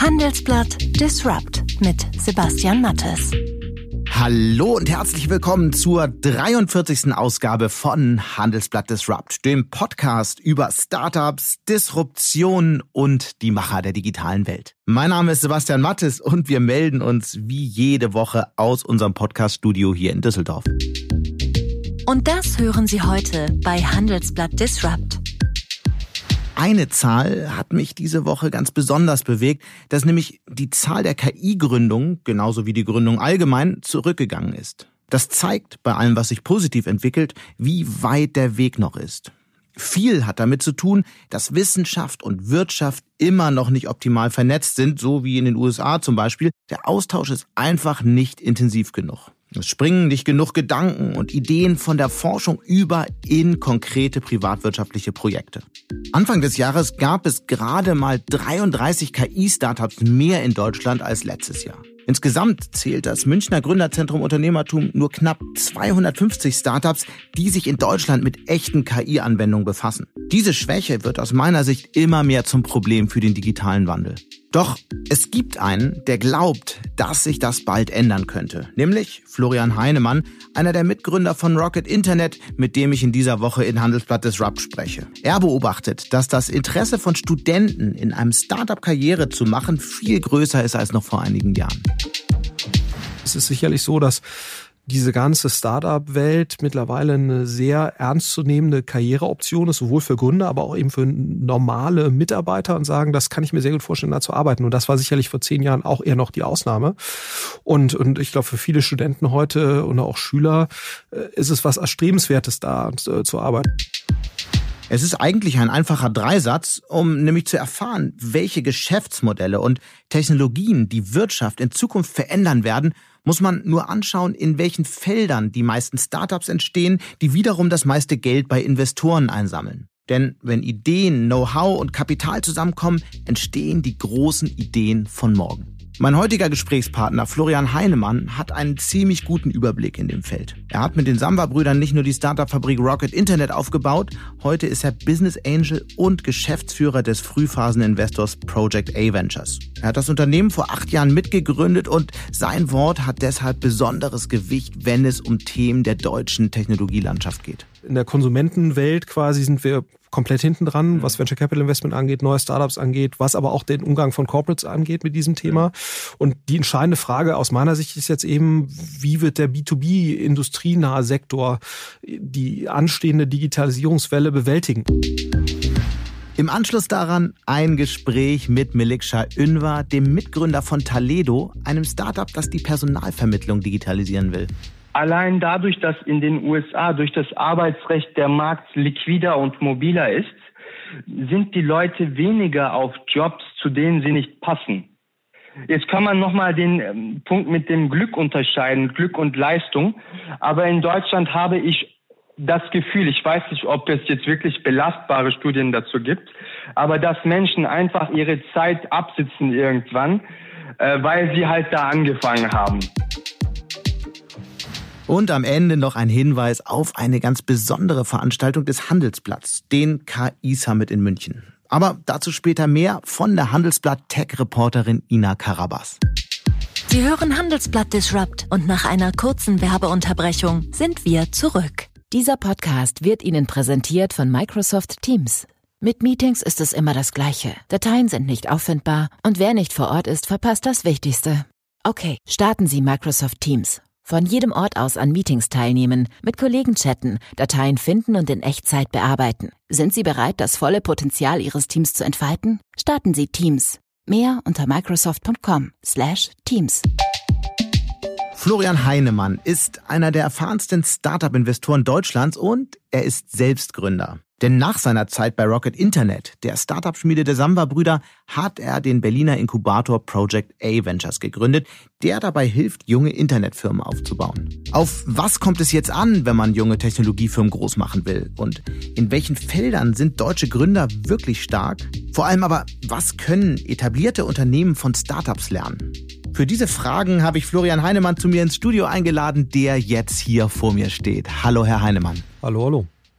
Handelsblatt Disrupt mit Sebastian Mattes. Hallo und herzlich willkommen zur 43. Ausgabe von Handelsblatt Disrupt, dem Podcast über Startups, Disruption und die Macher der digitalen Welt. Mein Name ist Sebastian Mattes und wir melden uns wie jede Woche aus unserem Podcast-Studio hier in Düsseldorf. Und das hören Sie heute bei Handelsblatt Disrupt. Eine Zahl hat mich diese Woche ganz besonders bewegt, dass nämlich die Zahl der KI-Gründungen, genauso wie die Gründung allgemein, zurückgegangen ist. Das zeigt, bei allem, was sich positiv entwickelt, wie weit der Weg noch ist. Viel hat damit zu tun, dass Wissenschaft und Wirtschaft immer noch nicht optimal vernetzt sind, so wie in den USA zum Beispiel. Der Austausch ist einfach nicht intensiv genug. Es springen nicht genug Gedanken und Ideen von der Forschung über in konkrete privatwirtschaftliche Projekte. Anfang des Jahres gab es gerade mal 33 KI-Startups mehr in Deutschland als letztes Jahr. Insgesamt zählt das Münchner Gründerzentrum Unternehmertum nur knapp 250 Startups, die sich in Deutschland mit echten KI-Anwendungen befassen. Diese Schwäche wird aus meiner Sicht immer mehr zum Problem für den digitalen Wandel. Doch es gibt einen, der glaubt, dass sich das bald ändern könnte, nämlich Florian Heinemann, einer der Mitgründer von Rocket Internet, mit dem ich in dieser Woche in Handelsblatt Disrupt spreche. Er beobachtet, dass das Interesse von Studenten, in einem Startup Karriere zu machen, viel größer ist als noch vor einigen Jahren. Es ist sicherlich so, dass diese ganze Startup-Welt mittlerweile eine sehr ernstzunehmende Karriereoption ist, sowohl für Gründer, aber auch eben für normale Mitarbeiter und sagen, das kann ich mir sehr gut vorstellen, da zu arbeiten. Und das war sicherlich vor 10 Jahren auch eher noch die Ausnahme. Und ich glaube, für viele Studenten heute und auch Schüler ist es was Erstrebenswertes, da zu arbeiten. Es ist eigentlich ein einfacher Dreisatz, um nämlich zu erfahren, welche Geschäftsmodelle und Technologien die Wirtschaft in Zukunft verändern werden, muss man nur anschauen, in welchen Feldern die meisten Startups entstehen, die wiederum das meiste Geld bei Investoren einsammeln. Denn wenn Ideen, Know-how und Kapital zusammenkommen, entstehen die großen Ideen von morgen. Mein heutiger Gesprächspartner Florian Heinemann hat einen ziemlich guten Überblick in dem Feld. Er hat mit den Samba-Brüdern nicht nur die Startup-Fabrik Rocket Internet aufgebaut, heute ist er Business Angel und Geschäftsführer des Frühphasen-Investors Project A Ventures. Er hat das Unternehmen vor 8 Jahren mitgegründet und sein Wort hat deshalb besonderes Gewicht, wenn es um Themen der deutschen Technologielandschaft geht. In der Konsumentenwelt quasi sind wir komplett hinten dran, was Venture Capital Investment angeht, neue Startups angeht, was aber auch den Umgang von Corporates angeht mit diesem Thema. Und die entscheidende Frage aus meiner Sicht ist jetzt eben, wie wird der B2B-industrienahe Sektor die anstehende Digitalisierungswelle bewältigen? Im Anschluss daran ein Gespräch mit Meliksha Ünver, dem Mitgründer von Taledo, einem Startup, das die Personalvermittlung digitalisieren will. Allein dadurch, dass in den USA durch das Arbeitsrecht der Markt liquider und mobiler ist, sind die Leute weniger auf Jobs, zu denen sie nicht passen. Jetzt kann man nochmal den Punkt mit dem Glück unterscheiden, Glück und Leistung. Aber in Deutschland habe ich das Gefühl, ich weiß nicht, ob es jetzt wirklich belastbare Studien dazu gibt, aber dass Menschen einfach ihre Zeit absitzen irgendwann, weil sie halt da angefangen haben. Und am Ende noch ein Hinweis auf eine ganz besondere Veranstaltung des Handelsblatts, den KI-Summit in München. Aber dazu später mehr von der Handelsblatt-Tech-Reporterin Ina Karabas. Sie hören Handelsblatt Disrupt und nach einer kurzen Werbeunterbrechung sind wir zurück. Dieser Podcast wird Ihnen präsentiert von Microsoft Teams. Mit Meetings ist es immer das Gleiche. Dateien sind nicht auffindbar und wer nicht vor Ort ist, verpasst das Wichtigste. Okay, starten Sie Microsoft Teams. Von jedem Ort aus an Meetings teilnehmen, mit Kollegen chatten, Dateien finden und in Echtzeit bearbeiten. Sind Sie bereit, das volle Potenzial Ihres Teams zu entfalten? Starten Sie Teams. Mehr unter microsoft.com/Teams. Florian Heinemann ist einer der erfahrensten Startup-Investoren Deutschlands und er ist selbst Gründer. Denn nach seiner Zeit bei Rocket Internet, der Startup-Schmiede der Samba-Brüder, hat er den Berliner Inkubator Project A Ventures gegründet, der dabei hilft, junge Internetfirmen aufzubauen. Auf was kommt es jetzt an, wenn man junge Technologiefirmen groß machen will? Und in welchen Feldern sind deutsche Gründer wirklich stark? Vor allem aber, was können etablierte Unternehmen von Startups lernen? Für diese Fragen habe ich Florian Heinemann zu mir ins Studio eingeladen, der jetzt hier vor mir steht. Hallo, Herr Heinemann. Hallo, hallo.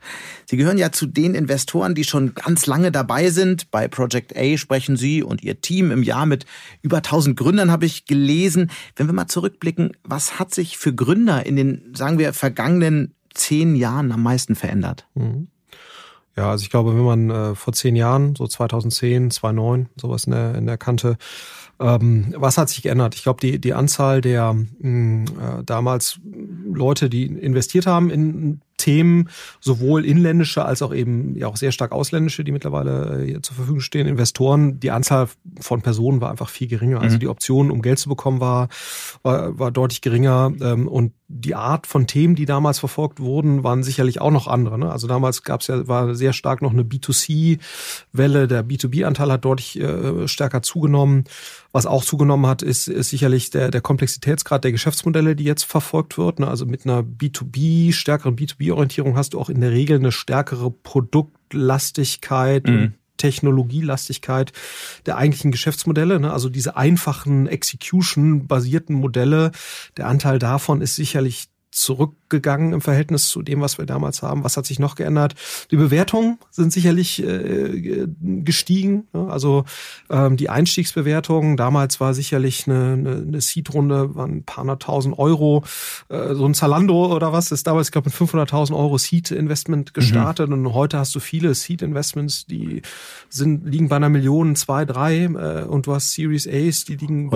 Sie gehören ja zu den Investoren, die schon ganz lange dabei sind. Bei Project A sprechen Sie und Ihr Team im Jahr mit über 1000 Gründern, habe ich gelesen. Wenn wir mal zurückblicken, was hat sich für Gründer in den, sagen wir, vergangenen 10 Jahren am meisten verändert? Ja, also ich glaube, wenn man vor 10 Jahren, so 2010, 2009, sowas in der Kante, was hat sich geändert? Ich glaube, die Anzahl der damals Leute, die investiert haben in Themen, sowohl inländische als auch eben ja auch sehr stark ausländische, die mittlerweile hier zur Verfügung stehen, Investoren, die Anzahl von Personen war einfach viel geringer. Also die Option, um Geld zu bekommen, war deutlich geringer. Und die Art von Themen, die damals verfolgt wurden, waren sicherlich auch noch andere. Ne? Also damals war sehr stark noch eine B2C-Welle. Der B2B-Anteil hat deutlich stärker zugenommen. Was auch zugenommen hat, ist sicherlich der Komplexitätsgrad der Geschäftsmodelle, die jetzt verfolgt wird. Also mit einer stärkeren B2B-Orientierung hast du auch in der Regel eine stärkere Produktlastigkeit und Technologielastigkeit der eigentlichen Geschäftsmodelle. Also diese einfachen Execution-basierten Modelle, der Anteil davon ist sicherlich zurückgegangen im Verhältnis zu dem, was wir damals haben. Was hat sich noch geändert? Die Bewertungen sind sicherlich gestiegen. Also die Einstiegsbewertungen, damals war sicherlich eine Seed-Runde, waren ein paar 100.000 Euro. So ein Zalando oder was ist damals, ich glaube, mit 500.000 Euro Seed-Investment gestartet. Und heute hast du viele Seed-Investments, die liegen bei 1 Million, 2, 3 und du hast Series A's, die liegen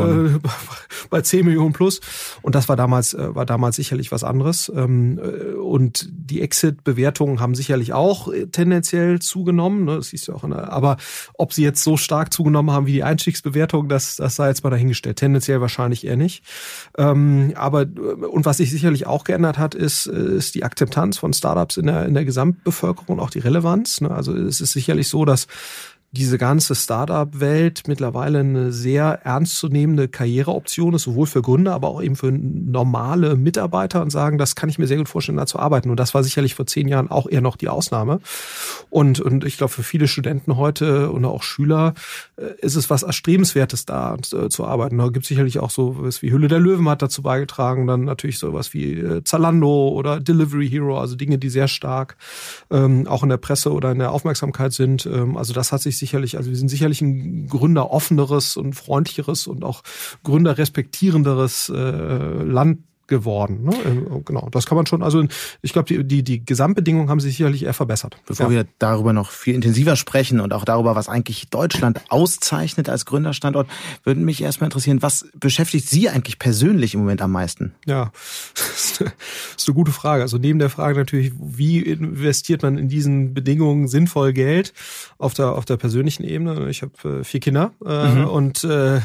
bei 10 Millionen plus. Und das war damals sicherlich was anderes. Und die Exit-Bewertungen haben sicherlich auch tendenziell zugenommen. Das siehst du auch aber ob sie jetzt so stark zugenommen haben wie die Einstiegsbewertung, das sei jetzt mal dahingestellt. Tendenziell wahrscheinlich eher nicht. Und was sich sicherlich auch geändert hat, ist die Akzeptanz von Startups in der Gesamtbevölkerung und auch die Relevanz. Also es ist sicherlich so, dass diese ganze Startup-Welt mittlerweile eine sehr ernstzunehmende Karriereoption ist, sowohl für Gründer, aber auch eben für normale Mitarbeiter und sagen, das kann ich mir sehr gut vorstellen, da zu arbeiten. Und das war sicherlich vor 10 Jahren auch eher noch die Ausnahme. Und ich glaube, für viele Studenten heute und auch Schüler ist es was Erstrebenswertes, da zu arbeiten. Da gibt es sicherlich auch so was wie Höhle der Löwen hat dazu beigetragen, dann natürlich sowas wie Zalando oder Delivery Hero, also Dinge, die sehr stark auch in der Presse oder in der Aufmerksamkeit sind. Also das hat sich sicherlich, also wir sind sicherlich ein gründeroffeneres und freundlicheres und auch gründerrespektierenderes Land geworden. Ne? Genau, das kann man schon, also ich glaube, die Gesamtbedingungen haben sich sicherlich eher verbessert. Bevor wir darüber noch viel intensiver sprechen und auch darüber, was eigentlich Deutschland auszeichnet als Gründerstandort, würde mich erstmal interessieren, was beschäftigt Sie eigentlich persönlich im Moment am meisten? Ja, das ist eine gute Frage. Also neben der Frage natürlich, wie investiert man in diesen Bedingungen sinnvoll Geld auf der persönlichen Ebene. Ich habe 4 Kinder und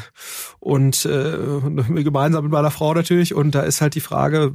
gemeinsam mit meiner Frau natürlich, und da ist halt die Frage,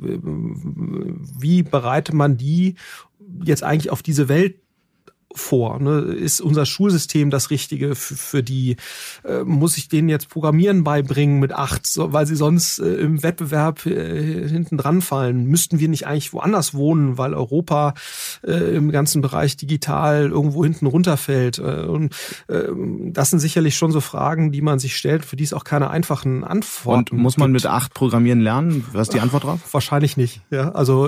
wie bereitet man die jetzt eigentlich auf diese Welt vor? Ne? Ist unser Schulsystem das Richtige für die? Muss ich denen jetzt Programmieren beibringen mit 8, weil sie sonst im Wettbewerb hinten dran fallen? Müssten wir nicht eigentlich woanders wohnen, weil Europa im ganzen Bereich digital irgendwo hinten runterfällt? Und das sind sicherlich schon so Fragen, die man sich stellt, für die es auch keine einfachen Antworten gibt. Und muss man mit 8 Programmieren lernen? Was ist die Antwort drauf? Wahrscheinlich nicht. Ja, also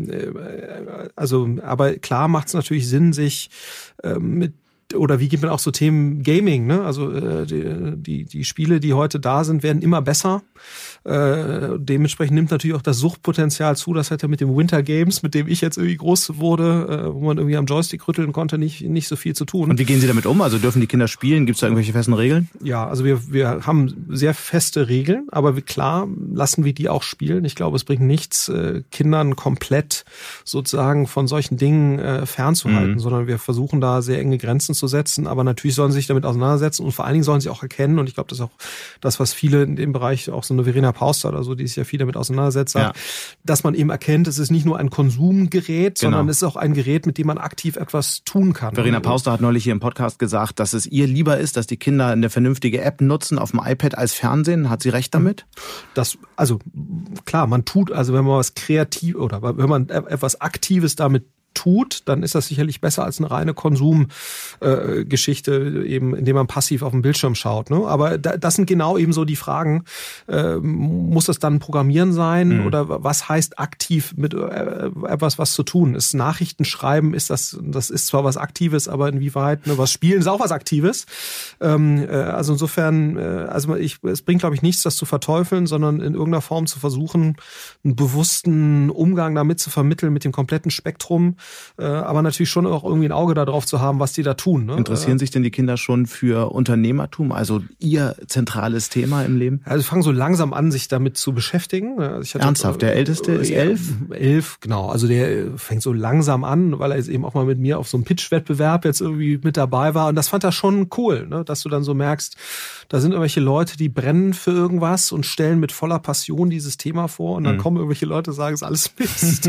aber klar macht es natürlich Sinn, sich oder wie geht man auch so Themen Gaming, ne? Also die Spiele, die heute da sind, werden immer besser. Dementsprechend nimmt natürlich auch das Suchtpotenzial zu. Das hat ja mit dem Winter Games, mit dem ich jetzt irgendwie groß wurde, wo man irgendwie am Joystick rütteln konnte, nicht so viel zu tun. Und wie gehen Sie damit um? Also dürfen die Kinder spielen? Gibt es da irgendwelche festen Regeln? Ja, also wir haben sehr feste Regeln, aber klar lassen wir die auch spielen. Ich glaube, es bringt nichts, Kindern komplett sozusagen von solchen Dingen fernzuhalten, sondern wir versuchen da sehr enge Grenzen zu setzen. Aber natürlich sollen sie sich damit auseinandersetzen und vor allen Dingen sollen sie auch erkennen, und ich glaube, das ist auch das, was viele in dem Bereich, auch so eine Verena Pauster oder so, die sich ja viel damit auseinandersetzt, sagt, dass man eben erkennt, es ist nicht nur ein Konsumgerät, sondern es ist auch ein Gerät, mit dem man aktiv etwas tun kann. Verena Pauster hat neulich hier im Podcast gesagt, dass es ihr lieber ist, dass die Kinder eine vernünftige App nutzen auf dem iPad als Fernsehen. Hat sie recht damit? Also klar, man tut, also wenn man was kreativ oder wenn man etwas Aktives damit tut, dann ist das sicherlich besser als eine reine Konsumgeschichte, eben indem man passiv auf den Bildschirm schaut. Ne? Aber das sind genau eben so die Fragen. Muss das dann Programmieren sein oder was heißt aktiv mit etwas was zu tun? Ist Nachrichtenschreiben, das ist zwar was Aktives, aber inwieweit, ne, was Spielen ist auch was Aktives. Also insofern, es bringt, glaube ich, nichts, das zu verteufeln, sondern in irgendeiner Form zu versuchen, einen bewussten Umgang damit zu vermitteln, mit dem kompletten Spektrum, aber natürlich schon auch irgendwie ein Auge darauf zu haben, was die da tun. Ne? Interessieren sich denn die Kinder schon für Unternehmertum, also ihr zentrales Thema im Leben? Also sie fangen so langsam an, sich damit zu beschäftigen. Ernsthaft, der Älteste ist 11? 11, genau. Also der fängt so langsam an, weil er jetzt eben auch mal mit mir auf so einem Pitch-Wettbewerb jetzt irgendwie mit dabei war. Und das fand er schon cool, ne? Dass du dann so merkst, da sind irgendwelche Leute, die brennen für irgendwas und stellen mit voller Passion dieses Thema vor. Und dann kommen irgendwelche Leute und sagen, es ist alles Mist.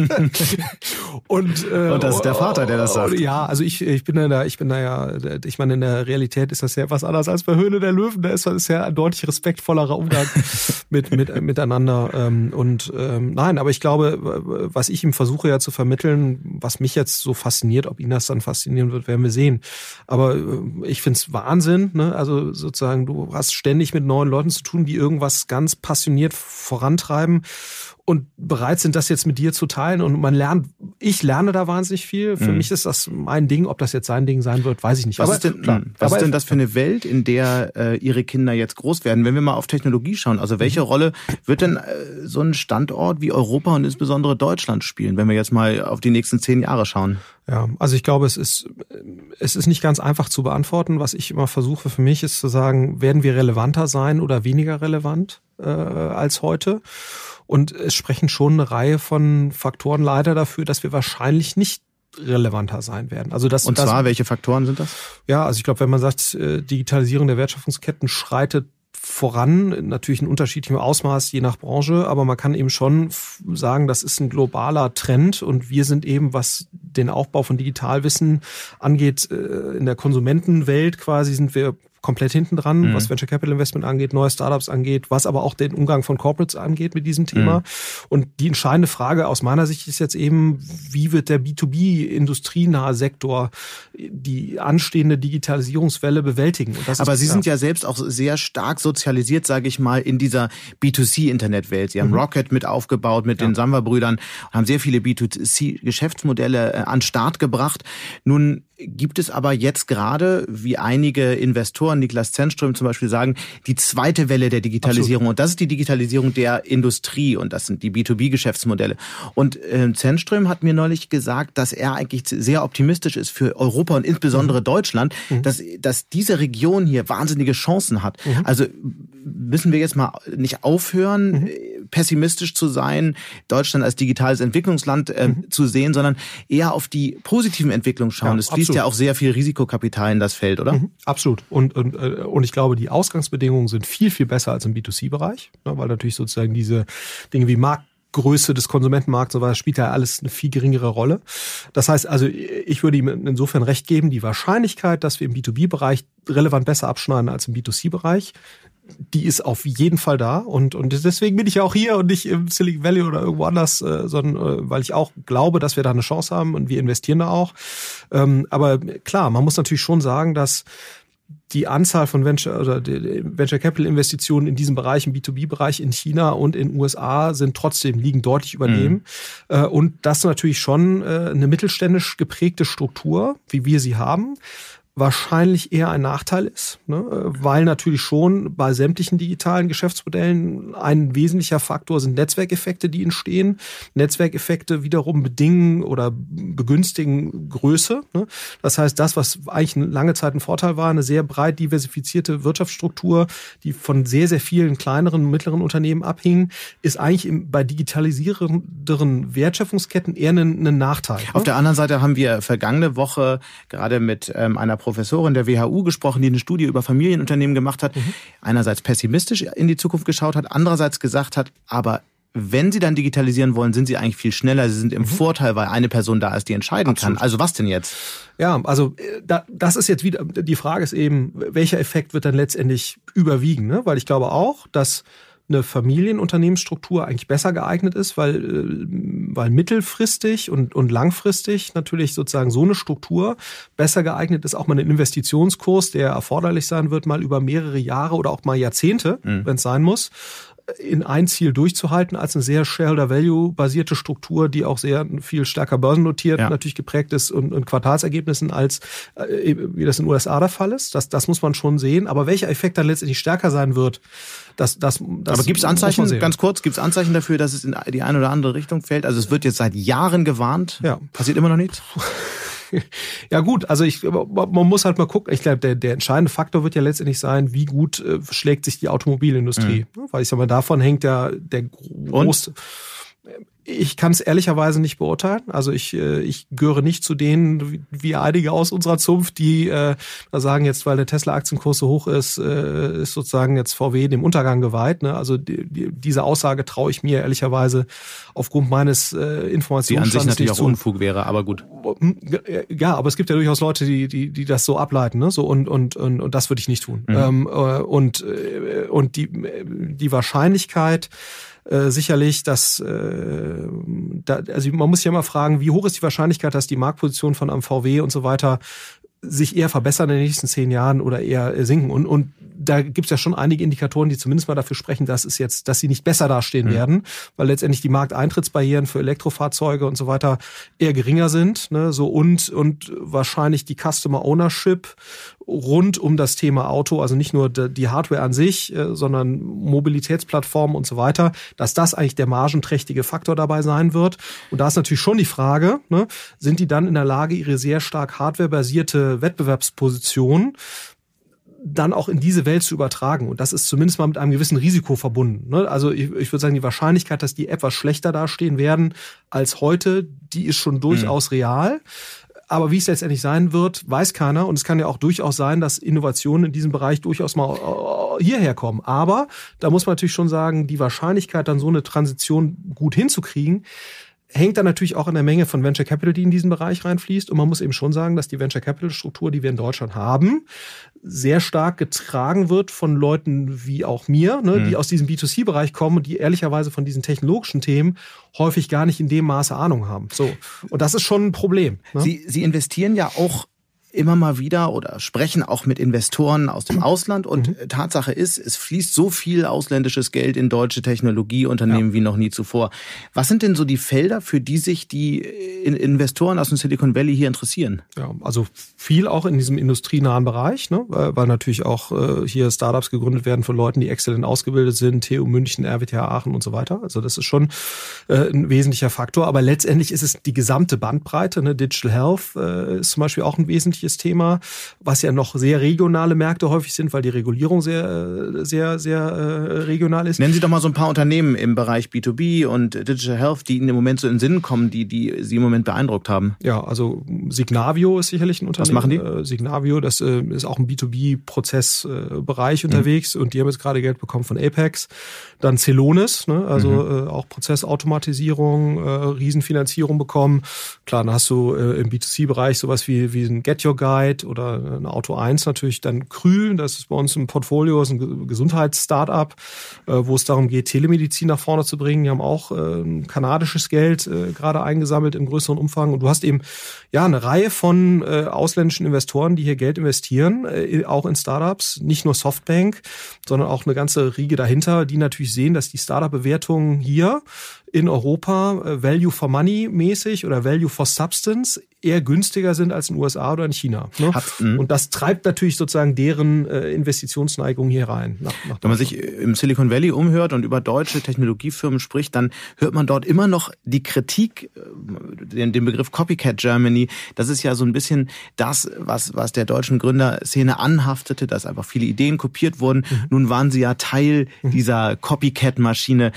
Und das ist der Vater, der das sagt. Ja, also ich meine, in der Realität ist das ja etwas anders als bei Höhle der Löwen. Da ist ja ein deutlich respektvollerer Umgang miteinander. Nein, aber ich glaube, was ich ihm versuche ja zu vermitteln, was mich jetzt so fasziniert, ob ihn das dann faszinieren wird, werden wir sehen. Aber ich find's Wahnsinn, ne? Also sozusagen, du hast ständig mit neuen Leuten zu tun, die irgendwas ganz passioniert vorantreiben und bereit sind, das jetzt mit dir zu teilen. Und ich lerne da wahnsinnig viel. Für mich ist das mein Ding. Ob das jetzt sein Ding sein wird, weiß ich nicht. Was ist denn das für eine Welt, in der Ihre Kinder jetzt groß werden? Wenn wir mal auf Technologie schauen, also welche Rolle wird denn so ein Standort wie Europa und insbesondere Deutschland spielen, wenn wir jetzt mal auf die nächsten 10 Jahre schauen? Ja, also ich glaube, es ist nicht ganz einfach zu beantworten. Was ich immer versuche für mich ist zu sagen, werden wir relevanter sein oder weniger relevant als heute? Und es sprechen schon eine Reihe von Faktoren leider dafür, dass wir wahrscheinlich nicht relevanter sein werden. Also welche Faktoren sind das? Ja, also ich glaube, wenn man sagt, Digitalisierung der Wertschöpfungsketten schreitet voran, natürlich in unterschiedlichem Ausmaß je nach Branche, aber man kann eben schon sagen, das ist ein globaler Trend und wir sind eben, was den Aufbau von Digitalwissen angeht, in der Konsumentenwelt quasi sind wir komplett hinten dran, was Venture Capital Investment angeht, neue Startups angeht, was aber auch den Umgang von Corporates angeht mit diesem Thema. Und die entscheidende Frage aus meiner Sicht ist jetzt eben, wie wird der B2B-industrienahe Sektor die anstehende Digitalisierungswelle bewältigen? Und aber Sie sind ja selbst auch sehr stark sozialisiert, sage ich mal, in dieser B2C-Internetwelt. Sie haben Rocket mit aufgebaut, mit den Samba-Brüdern, haben sehr viele B2C-Geschäftsmodelle an den Start gebracht. Nun gibt es aber jetzt gerade, wie einige Investoren, Niklas Zennström zum Beispiel sagen, die zweite Welle der Digitalisierung. Absolut. Und das ist die Digitalisierung der Industrie und das sind die B2B-Geschäftsmodelle. Und Zennström hat mir neulich gesagt, dass er eigentlich sehr optimistisch ist für Europa und insbesondere Deutschland, dass diese Region hier wahnsinnige Chancen hat. Also müssen wir jetzt mal nicht aufhören, pessimistisch zu sein, Deutschland als digitales Entwicklungsland zu sehen, sondern eher auf die positiven Entwicklungen schauen. Es fließt ja auch sehr viel Risikokapital in das Feld, oder? Absolut. Und ich glaube, die Ausgangsbedingungen sind viel, viel besser als im B2C-Bereich, weil natürlich sozusagen diese Dinge wie Marktgröße des Konsumentenmarkts, so was spielt ja alles eine viel geringere Rolle. Das heißt also, ich würde ihm insofern recht geben, die Wahrscheinlichkeit, dass wir im B2B-Bereich relevant besser abschneiden als im B2C-Bereich, die ist auf jeden Fall da und deswegen bin ich ja auch hier und nicht im Silicon Valley oder irgendwo anders, sondern weil ich auch glaube, dass wir da eine Chance haben und wir investieren da auch. Aber klar, man muss natürlich schon sagen, dass die Anzahl von Venture Capital Investitionen in diesem Bereich, im B2B-Bereich in China und in den USA liegen deutlich über dem. Und das natürlich schon eine mittelständisch geprägte Struktur, wie wir sie haben, wahrscheinlich eher ein Nachteil ist, ne? Weil natürlich schon bei sämtlichen digitalen Geschäftsmodellen ein wesentlicher Faktor sind Netzwerkeffekte, die entstehen. Netzwerkeffekte wiederum bedingen oder begünstigen Größe, ne? Das heißt, das, was eigentlich eine lange Zeit ein Vorteil war, eine sehr breit diversifizierte Wirtschaftsstruktur, die von sehr, sehr vielen kleineren und mittleren Unternehmen abhing, ist eigentlich bei digitalisierenderen Wertschöpfungsketten eher ein Nachteil. Ne? Auf der anderen Seite haben wir vergangene Woche gerade mit einer Professorin der WHU gesprochen, die eine Studie über Familienunternehmen gemacht hat, einerseits pessimistisch in die Zukunft geschaut hat, andererseits gesagt hat, aber wenn Sie dann digitalisieren wollen, sind Sie eigentlich viel schneller. Sie sind im Vorteil, weil eine Person da ist, die entscheiden kann. Also was denn jetzt? Ja, also das ist jetzt wieder, die Frage ist eben, welcher Effekt wird dann letztendlich überwiegen? Ne? Weil ich glaube auch, dass eine Familienunternehmensstruktur eigentlich besser geeignet ist, weil mittelfristig und langfristig natürlich sozusagen so eine Struktur besser geeignet ist, auch mal einen Investitionskurs, der erforderlich sein wird, mal über mehrere Jahre oder auch mal Jahrzehnte, wenn es sein muss, in ein Ziel durchzuhalten, als eine sehr Shareholder-Value-basierte Struktur, die auch sehr viel stärker börsennotiert natürlich geprägt ist und Quartalsergebnissen, als wie das in den USA der Fall ist. Das muss man schon sehen. Aber welcher Effekt dann letztendlich stärker sein wird, das aber gibt es Anzeichen, ganz kurz, gibt es Anzeichen dafür, dass es in die eine oder andere Richtung fällt? Also es wird jetzt seit Jahren gewarnt. Ja. Passiert immer noch nichts? Ja gut, also man muss halt mal gucken. Ich glaube, der entscheidende Faktor wird ja letztendlich sein, wie gut schlägt sich die Automobilindustrie. Weil ich sag mal, davon hängt ja der große... Ich kann es ehrlicherweise nicht beurteilen. Also ich gehöre nicht zu denen, wie einige aus unserer Zunft, die da sagen jetzt, weil der Tesla-Aktienkurs so hoch ist sozusagen jetzt VW dem Untergang geweiht. Ne? Also diese Aussage traue ich mir ehrlicherweise aufgrund meines Informationsstands die an sich natürlich auch zu. Unfug wäre, aber gut. Ja, aber es gibt ja durchaus Leute, die das so ableiten, ne? So und das würde ich nicht tun. Und die Wahrscheinlichkeit sicherlich, dass also man muss sich ja immer fragen, wie hoch ist die Wahrscheinlichkeit, dass die Marktposition von einem VW und so weiter sich eher verbessern in den nächsten 10 Jahren oder eher sinken. Und da gibt es ja schon einige Indikatoren, die zumindest mal dafür sprechen, dass sie nicht besser dastehen werden, weil letztendlich die Markteintrittsbarrieren für Elektrofahrzeuge und so weiter eher geringer sind, ne, so und wahrscheinlich die Customer Ownership rund um das Thema Auto, also nicht nur die Hardware an sich, sondern Mobilitätsplattformen und so weiter, dass das eigentlich der margenträchtige Faktor dabei sein wird. Und da ist natürlich schon die Frage, ne, sind die dann in der Lage, ihre sehr stark hardwarebasierte Wettbewerbsposition dann auch in diese Welt zu übertragen. Und das ist zumindest mal mit einem gewissen Risiko verbunden. Ne? Also ich würde sagen, die Wahrscheinlichkeit, dass die etwas schlechter dastehen werden als heute, die ist schon durchaus real. Aber wie es letztendlich sein wird, weiß keiner. Und es kann ja auch durchaus sein, dass Innovationen in diesem Bereich durchaus mal hierher kommen. Aber da muss man natürlich schon sagen, die Wahrscheinlichkeit, dann so eine Transition gut hinzukriegen, hängt dann natürlich auch an der Menge von Venture Capital, die in diesen Bereich reinfließt. Und man muss eben schon sagen, dass die Venture Capital Struktur, die wir in Deutschland haben, sehr stark getragen wird von Leuten wie auch mir, ne, die aus diesem B2C-Bereich kommen und die ehrlicherweise von diesen technologischen Themen häufig gar nicht in dem Maße Ahnung haben. So. Und das ist schon ein Problem. Ne? Sie investieren ja auch immer mal wieder oder sprechen auch mit Investoren aus dem Ausland und Tatsache ist, es fließt so viel ausländisches Geld in deutsche Technologieunternehmen wie noch nie zuvor. Was sind denn so die Felder, für die sich die Investoren aus dem Silicon Valley hier interessieren? Ja, also viel auch in diesem industrienahen Bereich, ne? Weil natürlich auch hier Startups gegründet werden von Leuten, die exzellent ausgebildet sind, TU München, RWTH Aachen und so weiter. Also das ist schon ein wesentlicher Faktor. Aber letztendlich ist es die gesamte Bandbreite. Ne? Digital Health ist zum Beispiel auch ein wesentliches Thema, was ja noch sehr regionale Märkte häufig sind, weil die Regulierung sehr, sehr, sehr regional ist. Nennen Sie doch mal so ein paar Unternehmen im Bereich B2B und Digital Health, die Ihnen im Moment so in den Sinn kommen, die Sie im Moment beeindruckt haben. Ja, also Signavio ist sicherlich ein Unternehmen. Was machen die? Signavio, das ist auch im B2B-Prozessbereich unterwegs und die haben jetzt gerade Geld bekommen von Apex. Dann Celonis, ne, also auch Prozessautomatisierung, Riesenfinanzierung bekommen. Klar, dann hast du im B2C-Bereich sowas wie ein Get Your Guide oder ein Auto 1 natürlich dann Krü, das ist bei uns im Portfolio, das ist ein Gesundheits-Startup, wo es darum geht, Telemedizin nach vorne zu bringen. Die haben auch kanadisches Geld gerade eingesammelt im größeren Umfang. Und du hast eben ja eine Reihe von ausländischen Investoren, die hier Geld investieren, auch in Startups, nicht nur Softbank, sondern auch eine ganze Riege dahinter, die natürlich sehen, dass die Startup-Bewertungen hier in Europa Value for Money mäßig oder Value for Substance eher günstiger sind als in den USA oder in China. Ne? Und das treibt natürlich sozusagen deren Investitionsneigung hier rein. Wenn man sich im Silicon Valley umhört und über deutsche Technologiefirmen spricht, dann hört man dort immer noch die Kritik, den Begriff Copycat Germany. Das ist ja so ein bisschen das, was der deutschen Gründerszene anhaftete, dass einfach viele Ideen kopiert wurden. Nun waren sie ja Teil dieser Copycat-Maschine.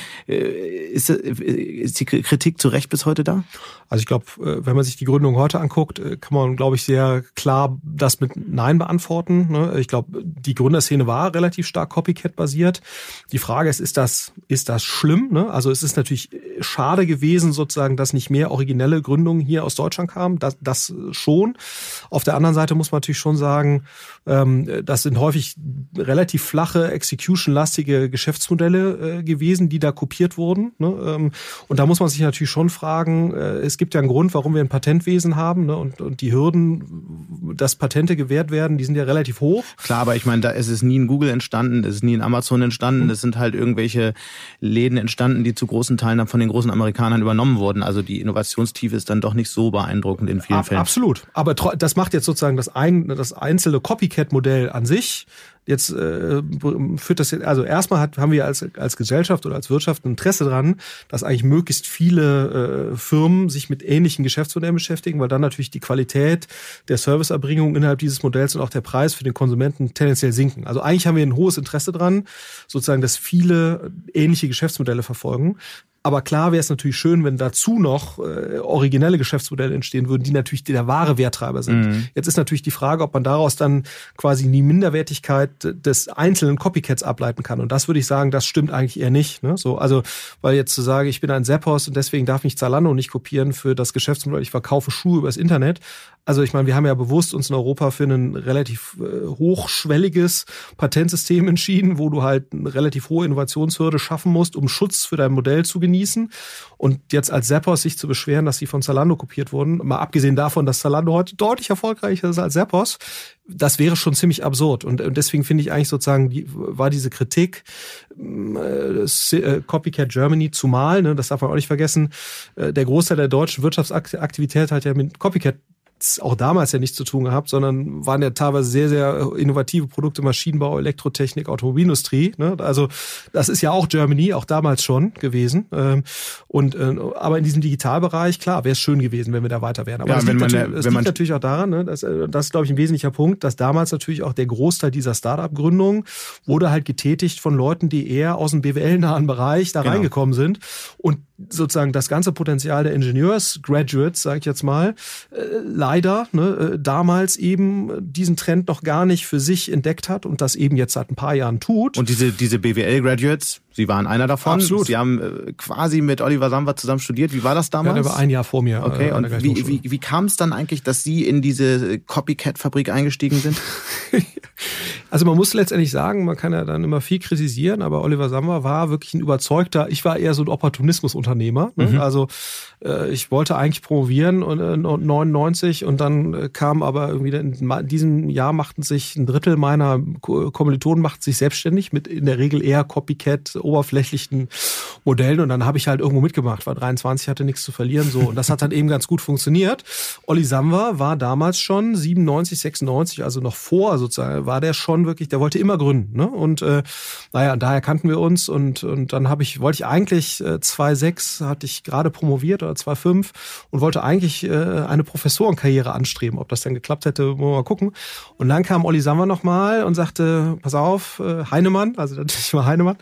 Ist die Kritik zu Recht bis heute da? Also ich glaube, wenn man sich die Gründung heute anguckt, kann man, glaube ich, sehr klar das mit Nein beantworten. Ne? Ich glaube, die Gründerszene war relativ stark Copycat-basiert. Die Frage ist das schlimm? Ne? Also es ist natürlich schade gewesen, sozusagen, dass nicht mehr originelle Gründungen hier aus Deutschland kamen. Das schon. Auf der anderen Seite muss man natürlich schon sagen, das sind häufig relativ flache, execution-lastige Geschäftsmodelle gewesen, die da kopiert wurden. Ne? Und da muss man sich natürlich schon fragen, es gibt ja einen Grund, warum wir ein Patentwesen haben, ne? Und die Hürden, dass Patente gewährt werden, die sind ja relativ hoch. Klar, aber ich meine, da ist es nie in Google entstanden, es ist nie in Amazon entstanden, es sind halt irgendwelche Läden entstanden, die zu großen Teilen von den großen Amerikanern übernommen wurden. Also die Innovationstiefe ist dann doch nicht so beeindruckend in vielen Fällen. Absolut. Aber das macht jetzt sozusagen das einzelne Copycat-Modell an sich. Jetzt führt das jetzt, also erstmal haben wir als Gesellschaft oder als Wirtschaft ein Interesse dran, dass eigentlich möglichst viele Firmen sich mit ähnlichen Geschäftsmodellen beschäftigen, weil dann natürlich die Qualität der Serviceerbringung innerhalb dieses Modells und auch der Preis für den Konsumenten tendenziell sinken. Also eigentlich haben wir ein hohes Interesse dran, sozusagen, dass viele ähnliche Geschäftsmodelle verfolgen. Aber klar wäre es natürlich schön, wenn dazu noch originelle Geschäftsmodelle entstehen würden, die natürlich der wahre Werttreiber sind. Mhm. Jetzt ist natürlich die Frage, ob man daraus dann quasi die Minderwertigkeit des einzelnen Copycats ableiten kann. Und das würde ich sagen, das stimmt eigentlich eher nicht. Ne? So, also, weil jetzt zu sagen, ich bin ein Zappos und deswegen darf mich Zalando nicht kopieren für das Geschäftsmodell, ich verkaufe Schuhe übers Internet. Also ich meine, wir haben ja bewusst uns in Europa für ein relativ hochschwelliges Patentsystem entschieden, wo du halt eine relativ hohe Innovationshürde schaffen musst, um Schutz für dein Modell zu genießen. Und jetzt als Zappos sich zu beschweren, dass sie von Zalando kopiert wurden, mal abgesehen davon, dass Zalando heute deutlich erfolgreicher ist als Zappos, das wäre schon ziemlich absurd. Und deswegen finde ich eigentlich sozusagen, war diese Kritik Copycat Germany zumal, ne, das darf man auch nicht vergessen, der Großteil der deutschen Wirtschaftsaktivität hat ja mit Copycat auch damals ja nichts zu tun gehabt, sondern waren ja teilweise sehr, sehr innovative Produkte, Maschinenbau, Elektrotechnik, Automobilindustrie. Ne? Also das ist ja auch Germany, auch damals schon gewesen. Aber in diesem Digitalbereich, klar, wäre es schön gewesen, wenn wir da weiter wären. Aber ja, das liegt natürlich auch daran, ne? Das ist, glaube ich, ein wesentlicher Punkt, dass damals natürlich auch der Großteil dieser Start-up-Gründung wurde halt getätigt von Leuten, die eher aus dem BWL-nahen Bereich da reingekommen sind. Und sozusagen das ganze Potenzial der Ingenieurs-Graduates, sage ich jetzt mal, leider damals eben diesen Trend noch gar nicht für sich entdeckt hat und das eben jetzt seit ein paar Jahren tut. Und diese BWL-Graduates, Sie waren einer davon. Absolut. Sie haben quasi mit Oliver Samba zusammen studiert. Wie war das damals? Ja, der war ein Jahr vor mir. Okay, und wie kam es dann eigentlich, dass Sie in diese Copycat-Fabrik eingestiegen sind? Also man muss letztendlich sagen, man kann ja dann immer viel kritisieren, aber Oliver Samba war wirklich ein überzeugter, ich war eher so ein Opportunismusunternehmer. Ne? Mhm. Also ich wollte eigentlich promovieren und 99 und dann kam aber irgendwie in diesem Jahr machten sich ein Drittel meiner Kommilitonen machten sich selbstständig mit in der Regel eher Copycat oberflächlichen Modellen und dann habe ich halt irgendwo mitgemacht, war 23, hatte nichts zu verlieren so und das hat dann eben ganz gut funktioniert. Olli Samba war damals schon 97, 96, also noch vor sozusagen, war der schon wirklich, der wollte immer gründen, ne? Und daher kannten wir uns und dann wollte ich eigentlich 2006 hatte ich gerade promoviert oder 2005 und wollte eigentlich eine Professorenkarriere anstreben. Ob das denn geklappt hätte, wollen wir mal gucken. Und dann kam Olli Samba nochmal und sagte, pass auf, Heinemann, also natürlich war Heinemann,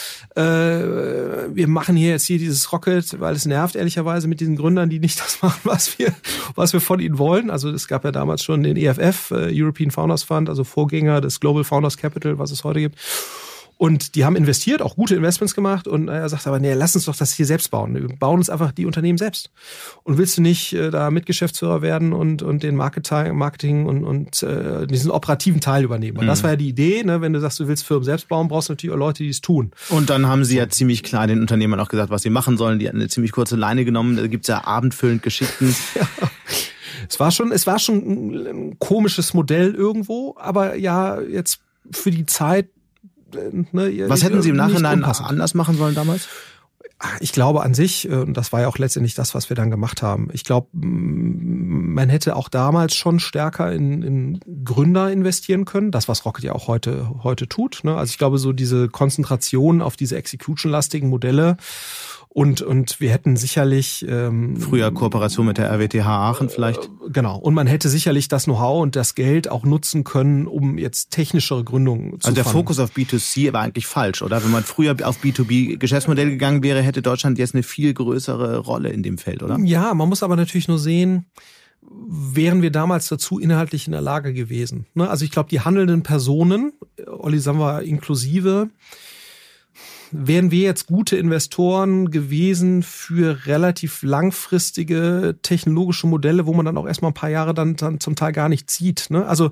wir machen jetzt hier dieses Rocket, weil es nervt ehrlicherweise mit diesen Gründern, die nicht das machen, was wir von ihnen wollen. Also es gab ja damals schon den EFF, European Founders Fund, also Vorgänger des Global Founders Capital, was es heute gibt. Und die haben investiert, auch gute Investments gemacht und er sagt aber, nee, lass uns doch das hier selbst bauen. Wir bauen uns einfach die Unternehmen selbst. Und willst du nicht da Mitgeschäftsführer werden und den Marketing und diesen operativen Teil übernehmen? Und das war ja die Idee, ne? Wenn du sagst, du willst Firmen selbst bauen, brauchst du natürlich auch Leute, die es tun. Und dann haben sie ja ziemlich klar den Unternehmern auch gesagt, was sie machen sollen. Die hatten eine ziemlich kurze Leine genommen. Da gibt's ja abendfüllend Geschichten. Ja. Es war schon ein komisches Modell irgendwo, aber ja, jetzt für die Zeit. Was hätten Sie im Nachhinein anders machen sollen damals? Ich glaube an sich, und das war ja auch letztendlich das, was wir dann gemacht haben. Ich glaube, man hätte auch damals schon stärker in Gründer investieren können. Das, was Rocket ja auch heute tut. Also ich glaube, so diese Konzentration auf diese execution-lastigen Modelle. Und wir hätten sicherlich früher Kooperation mit der RWTH Aachen vielleicht. Genau. Und man hätte sicherlich das Know-how und das Geld auch nutzen können, um jetzt technischere Gründungen zu Also der fahren. Fokus auf B2C war eigentlich falsch, oder? Wenn man früher auf B2B-Geschäftsmodell gegangen wäre, hätte Deutschland jetzt eine viel größere Rolle in dem Feld, oder? Ja, man muss aber natürlich nur sehen, wären wir damals dazu inhaltlich in der Lage gewesen. Also ich glaube, die handelnden Personen, Olli Samba inklusive, wären wir jetzt gute Investoren gewesen für relativ langfristige technologische Modelle, wo man dann auch erstmal ein paar Jahre dann zum Teil gar nicht sieht. Ne? Also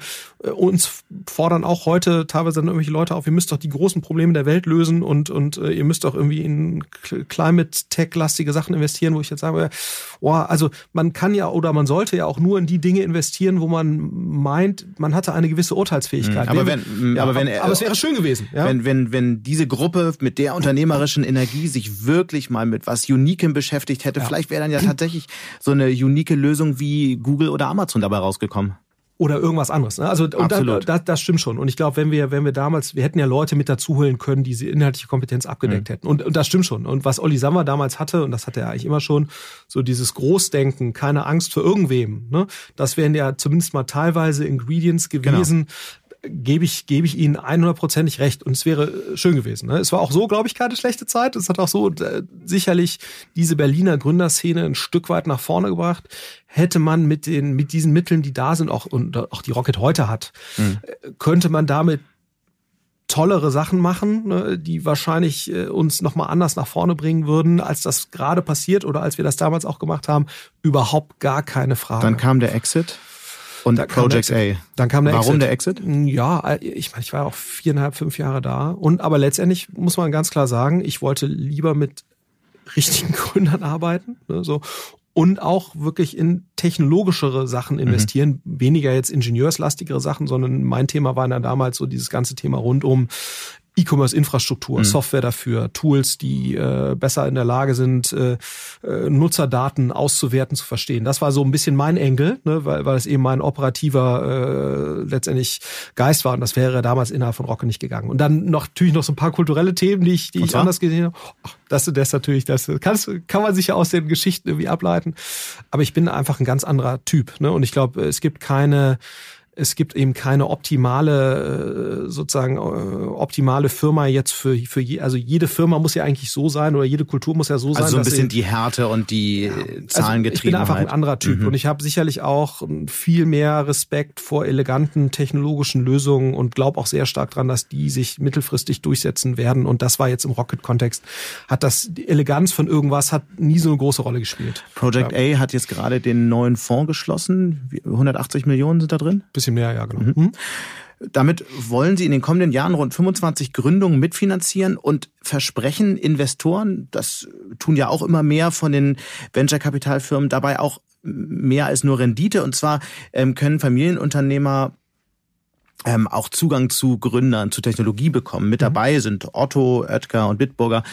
uns fordern auch heute teilweise dann irgendwelche Leute auf, ihr müsst doch die großen Probleme der Welt lösen und ihr müsst doch irgendwie in Climate-Tech-lastige Sachen investieren, wo ich jetzt sage, also man kann ja oder man sollte ja auch nur in die Dinge investieren, wo man meint, man hatte eine gewisse Urteilsfähigkeit. Aber es wäre schön gewesen. Ja? Wenn diese Gruppe mit der unternehmerischen Energie sich wirklich mal mit was Uniquem beschäftigt hätte, vielleicht wäre dann ja tatsächlich so eine unique Lösung wie Google oder Amazon dabei rausgekommen. Oder irgendwas anderes. Ne? Also das stimmt schon. Und ich glaube, wenn wir damals, wir hätten ja Leute mit dazu holen können, die diese inhaltliche Kompetenz abgedeckt hätten. Und das stimmt schon. Und was Olli Samwer damals hatte, und das hat er eigentlich immer schon, so dieses Großdenken, keine Angst für irgendwem, ne? Das wären ja zumindest mal teilweise Ingredients gewesen, gebe ich Ihnen 100%ig recht. Und es wäre schön gewesen. Ne? Es war auch so, glaube ich, keine schlechte Zeit. Es hat auch so sicherlich diese Berliner Gründerszene ein Stück weit nach vorne gebracht. Hätte man mit diesen Mitteln, die da sind, auch die Rocket heute hat, könnte man damit tollere Sachen machen, ne, die wahrscheinlich uns nochmal anders nach vorne bringen würden, als das gerade passiert oder als wir das damals auch gemacht haben. Überhaupt gar keine Frage. Dann kam der Exit. Und Project A. Dann kam der Warum der Exit? Ja, ich war ja auch 4,5, 5 Jahre da. Aber letztendlich muss man ganz klar sagen, ich wollte lieber mit richtigen Gründern arbeiten. Ne, so. Und auch wirklich in technologischere Sachen investieren. Weniger jetzt ingenieurslastigere Sachen, sondern mein Thema war dann damals so dieses ganze Thema rund um E-Commerce-Infrastruktur, Software dafür, Tools, die besser in der Lage sind, Nutzerdaten auszuwerten, zu verstehen. Das war so ein bisschen mein Engel, ne, weil es eben mein operativer letztendlich Geist war. Und das wäre damals innerhalb von Rocket nicht gegangen. Und dann natürlich noch so ein paar kulturelle Themen, die ich anders gesehen habe. Das natürlich, kann man sich ja aus den Geschichten irgendwie ableiten. Aber ich bin einfach ein ganz anderer Typ. Ne? Und ich glaube, es gibt eben keine optimale Firma jetzt also jede Firma muss ja eigentlich so sein oder jede Kultur muss ja so sein. Also so ein bisschen die Härte und die Zahlengetriebenheit. Ich bin einfach ein anderer Typ und ich habe sicherlich auch viel mehr Respekt vor eleganten technologischen Lösungen und glaube auch sehr stark dran, dass die sich mittelfristig durchsetzen werden. Und das war jetzt im Rocket-Kontext, die Eleganz von irgendwas hat nie so eine große Rolle gespielt. Project A hat jetzt gerade den neuen Fonds geschlossen. 180 Millionen sind da drin? Bisschen mehr, ja, genau. Damit wollen Sie in den kommenden Jahren rund 25 Gründungen mitfinanzieren und versprechen Investoren, das tun ja auch immer mehr von den Venture-Kapitalfirmen, dabei auch mehr als nur Rendite. Und zwar können Familienunternehmer auch Zugang zu Gründern, zu Technologie bekommen. Mit dabei sind Otto, Oetker und Bitburger.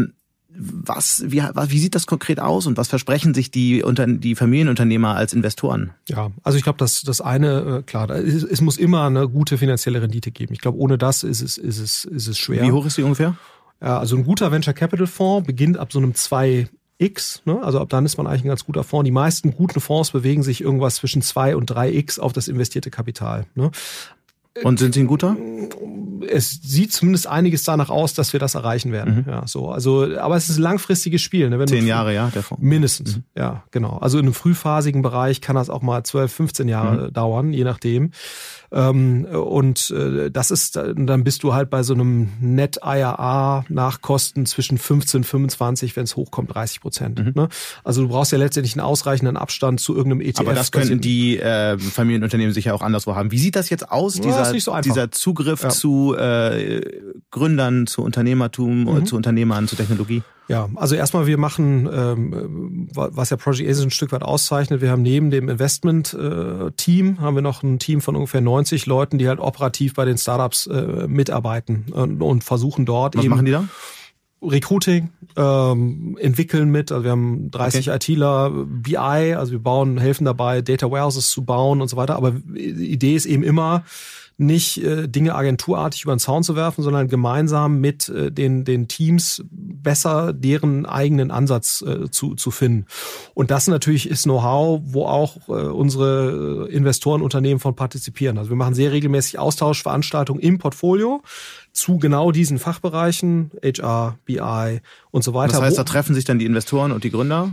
Wie sieht das konkret aus und was versprechen sich die Familienunternehmer als Investoren? Ja, also ich glaube, das eine, klar, es muss immer eine gute finanzielle Rendite geben. Ich glaube, ohne das ist es schwer. Wie hoch ist die ungefähr? Ja, also ein guter Venture Capital Fonds beginnt ab so einem 2x, ne? Also ab dann ist man eigentlich ein ganz guter Fonds. Die meisten guten Fonds bewegen sich irgendwas zwischen 2 und 3x auf das investierte Kapital, ne? Und sind Sie ein guter? Es sieht zumindest einiges danach aus, dass wir das erreichen werden. Ja, so. Also, aber es ist ein langfristiges Spiel. Ne? 10 Jahre, ja, der Fonds. Mindestens, ja, genau. Also in einem frühphasigen Bereich kann das auch mal 12, 15 Jahre dauern, je nachdem. Und das ist, dann bist du halt bei so einem Net-IRA nach Kosten zwischen 15, 25, wenn es hochkommt, 30%. Ne? Also du brauchst ja letztendlich einen ausreichenden Abstand zu irgendeinem ETF. Aber das könnten die Familienunternehmen sicher auch anderswo haben. Wie sieht das jetzt aus, dieser Zugriff zu Gründern, zu Unternehmertum, zu Unternehmern, zu Technologie? Ja, also erstmal wir machen, was ja Project A so ein Stück weit auszeichnet, wir haben neben dem Investment-Team, haben wir noch ein Team von ungefähr 90 Leuten, die halt operativ bei den Startups mitarbeiten und versuchen dort Was machen die da? Recruiting, entwickeln mit, also wir haben 30 ITler, BI, also wir helfen dabei, Data Warehouses zu bauen und so weiter, aber die Idee ist eben immer, nicht Dinge agenturartig über den Zaun zu werfen, sondern gemeinsam mit den Teams besser deren eigenen Ansatz zu finden. Und das natürlich ist Know-how, wo auch unsere Investorenunternehmen von partizipieren. Also wir machen sehr regelmäßig Austauschveranstaltungen im Portfolio zu genau diesen Fachbereichen, HR, BI und so weiter. Das heißt, da treffen sich dann die Investoren und die Gründer?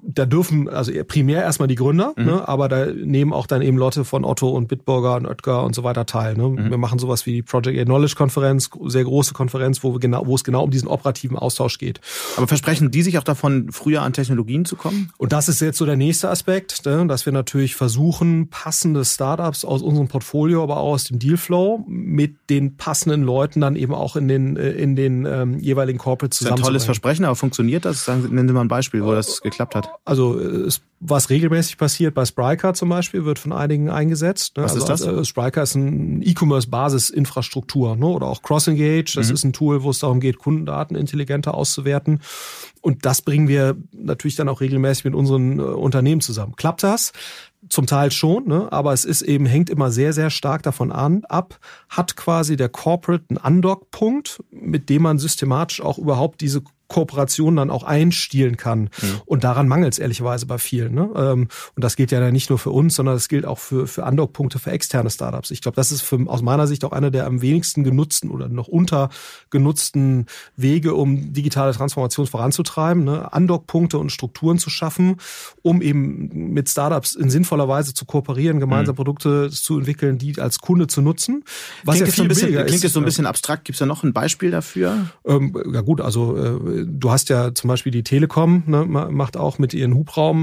Da dürfen also primär erstmal die Gründer, ne, aber da nehmen auch dann eben Leute von Otto und Bitburger und Oetker und so weiter teil. Ne. Wir machen sowas wie die Project Knowledge Konferenz, sehr große Konferenz, wo es genau um diesen operativen Austausch geht. Aber versprechen die sich auch davon, früher an Technologien zu kommen? Und das ist jetzt so der nächste Aspekt, ne, dass wir natürlich versuchen, passende Startups aus unserem Portfolio, aber auch aus dem Dealflow mit den passenden Leuten dann eben auch in den jeweiligen Corporates zusammenzubringen. Das ist ein tolles Versprechen, aber funktioniert das? Nennen Sie mal ein Beispiel, wo das geklappt hat. Also was regelmäßig passiert, bei Spryker zum Beispiel, wird von einigen eingesetzt. Ne? Was ist das? Spryker ist ein E-Commerce-Basisinfrastruktur, ne? Oder auch CrossEngage, das ist ein Tool, wo es darum geht, Kundendaten intelligenter auszuwerten. Und das bringen wir natürlich dann auch regelmäßig mit unseren Unternehmen zusammen. Klappt das? Zum Teil schon, ne? Aber es ist eben, hängt immer sehr, sehr stark davon ab, hat quasi der Corporate einen Undock-Punkt, mit dem man systematisch auch überhaupt diese Kooperation dann auch einstielen kann. Und daran mangelt es ehrlicherweise bei vielen. Ne? Und das gilt ja dann nicht nur für uns, sondern das gilt auch für Undock-Punkte für externe Startups. Ich glaube, das ist aus meiner Sicht auch einer der am wenigsten genutzten oder noch untergenutzten Wege, um digitale Transformation voranzutreiben. Ne? Undock-Punkte und Strukturen zu schaffen, um eben mit Startups in sinnvoller Weise zu kooperieren, gemeinsam Produkte zu entwickeln, die als Kunde zu nutzen. Was klingt jetzt so ein bisschen abstrakt. Gibt es da noch ein Beispiel dafür? Ja gut, also du hast ja zum Beispiel die Telekom, ne, macht auch mit ihren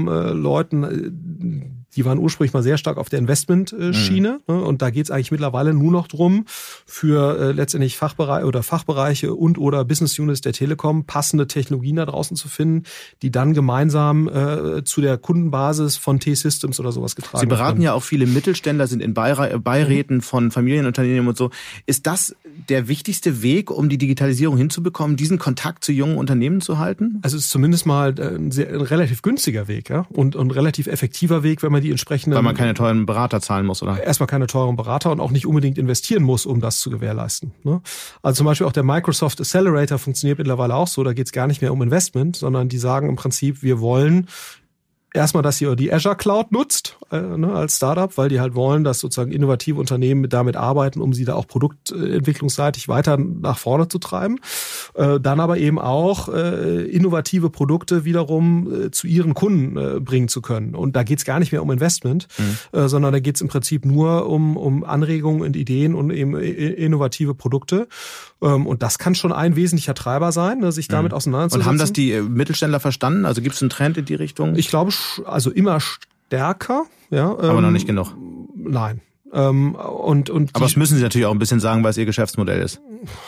Hubraumleuten, die waren ursprünglich mal sehr stark auf der Investmentschiene, ne, und da geht es eigentlich mittlerweile nur noch drum, für letztendlich Fachbereiche und oder Business Units der Telekom passende Technologien da draußen zu finden, die dann gemeinsam zu der Kundenbasis von T-Systems oder sowas getragen werden. Sie beraten ja auch viele Mittelständler, sind in Beiräten von Familienunternehmen und so. Ist das der wichtigste Weg, um die Digitalisierung hinzubekommen, diesen Kontakt zu jungen Unternehmen zu halten? Also es ist zumindest mal ein relativ günstiger Weg, ja, und ein relativ effektiver Weg, wenn man die entsprechenden... Weil man keine teuren Berater zahlen muss, oder? Erstmal keine teuren Berater und auch nicht unbedingt investieren muss, um das zu gewährleisten. Ne? Also zum Beispiel auch der Microsoft Accelerator funktioniert mittlerweile auch so, da geht es gar nicht mehr um Investment, sondern die sagen im Prinzip, wir wollen erstmal, dass ihr die Azure Cloud nutzt, als Startup, weil die halt wollen, dass sozusagen innovative Unternehmen damit arbeiten, um sie da auch produktentwicklungsseitig weiter nach vorne zu treiben. Dann aber eben auch innovative Produkte wiederum zu ihren Kunden bringen zu können. Und da geht's gar nicht mehr um Investment, sondern da geht's im Prinzip nur um Anregungen und Ideen und eben innovative Produkte. Und das kann schon ein wesentlicher Treiber sein, sich damit auseinanderzusetzen. Und haben das die Mittelständler verstanden? Also gibt es einen Trend in die Richtung? Ich glaube, also immer stärker. Ja, aber noch nicht genug? Nein. Aber das müssen Sie natürlich auch ein bisschen sagen, weil es Ihr Geschäftsmodell ist.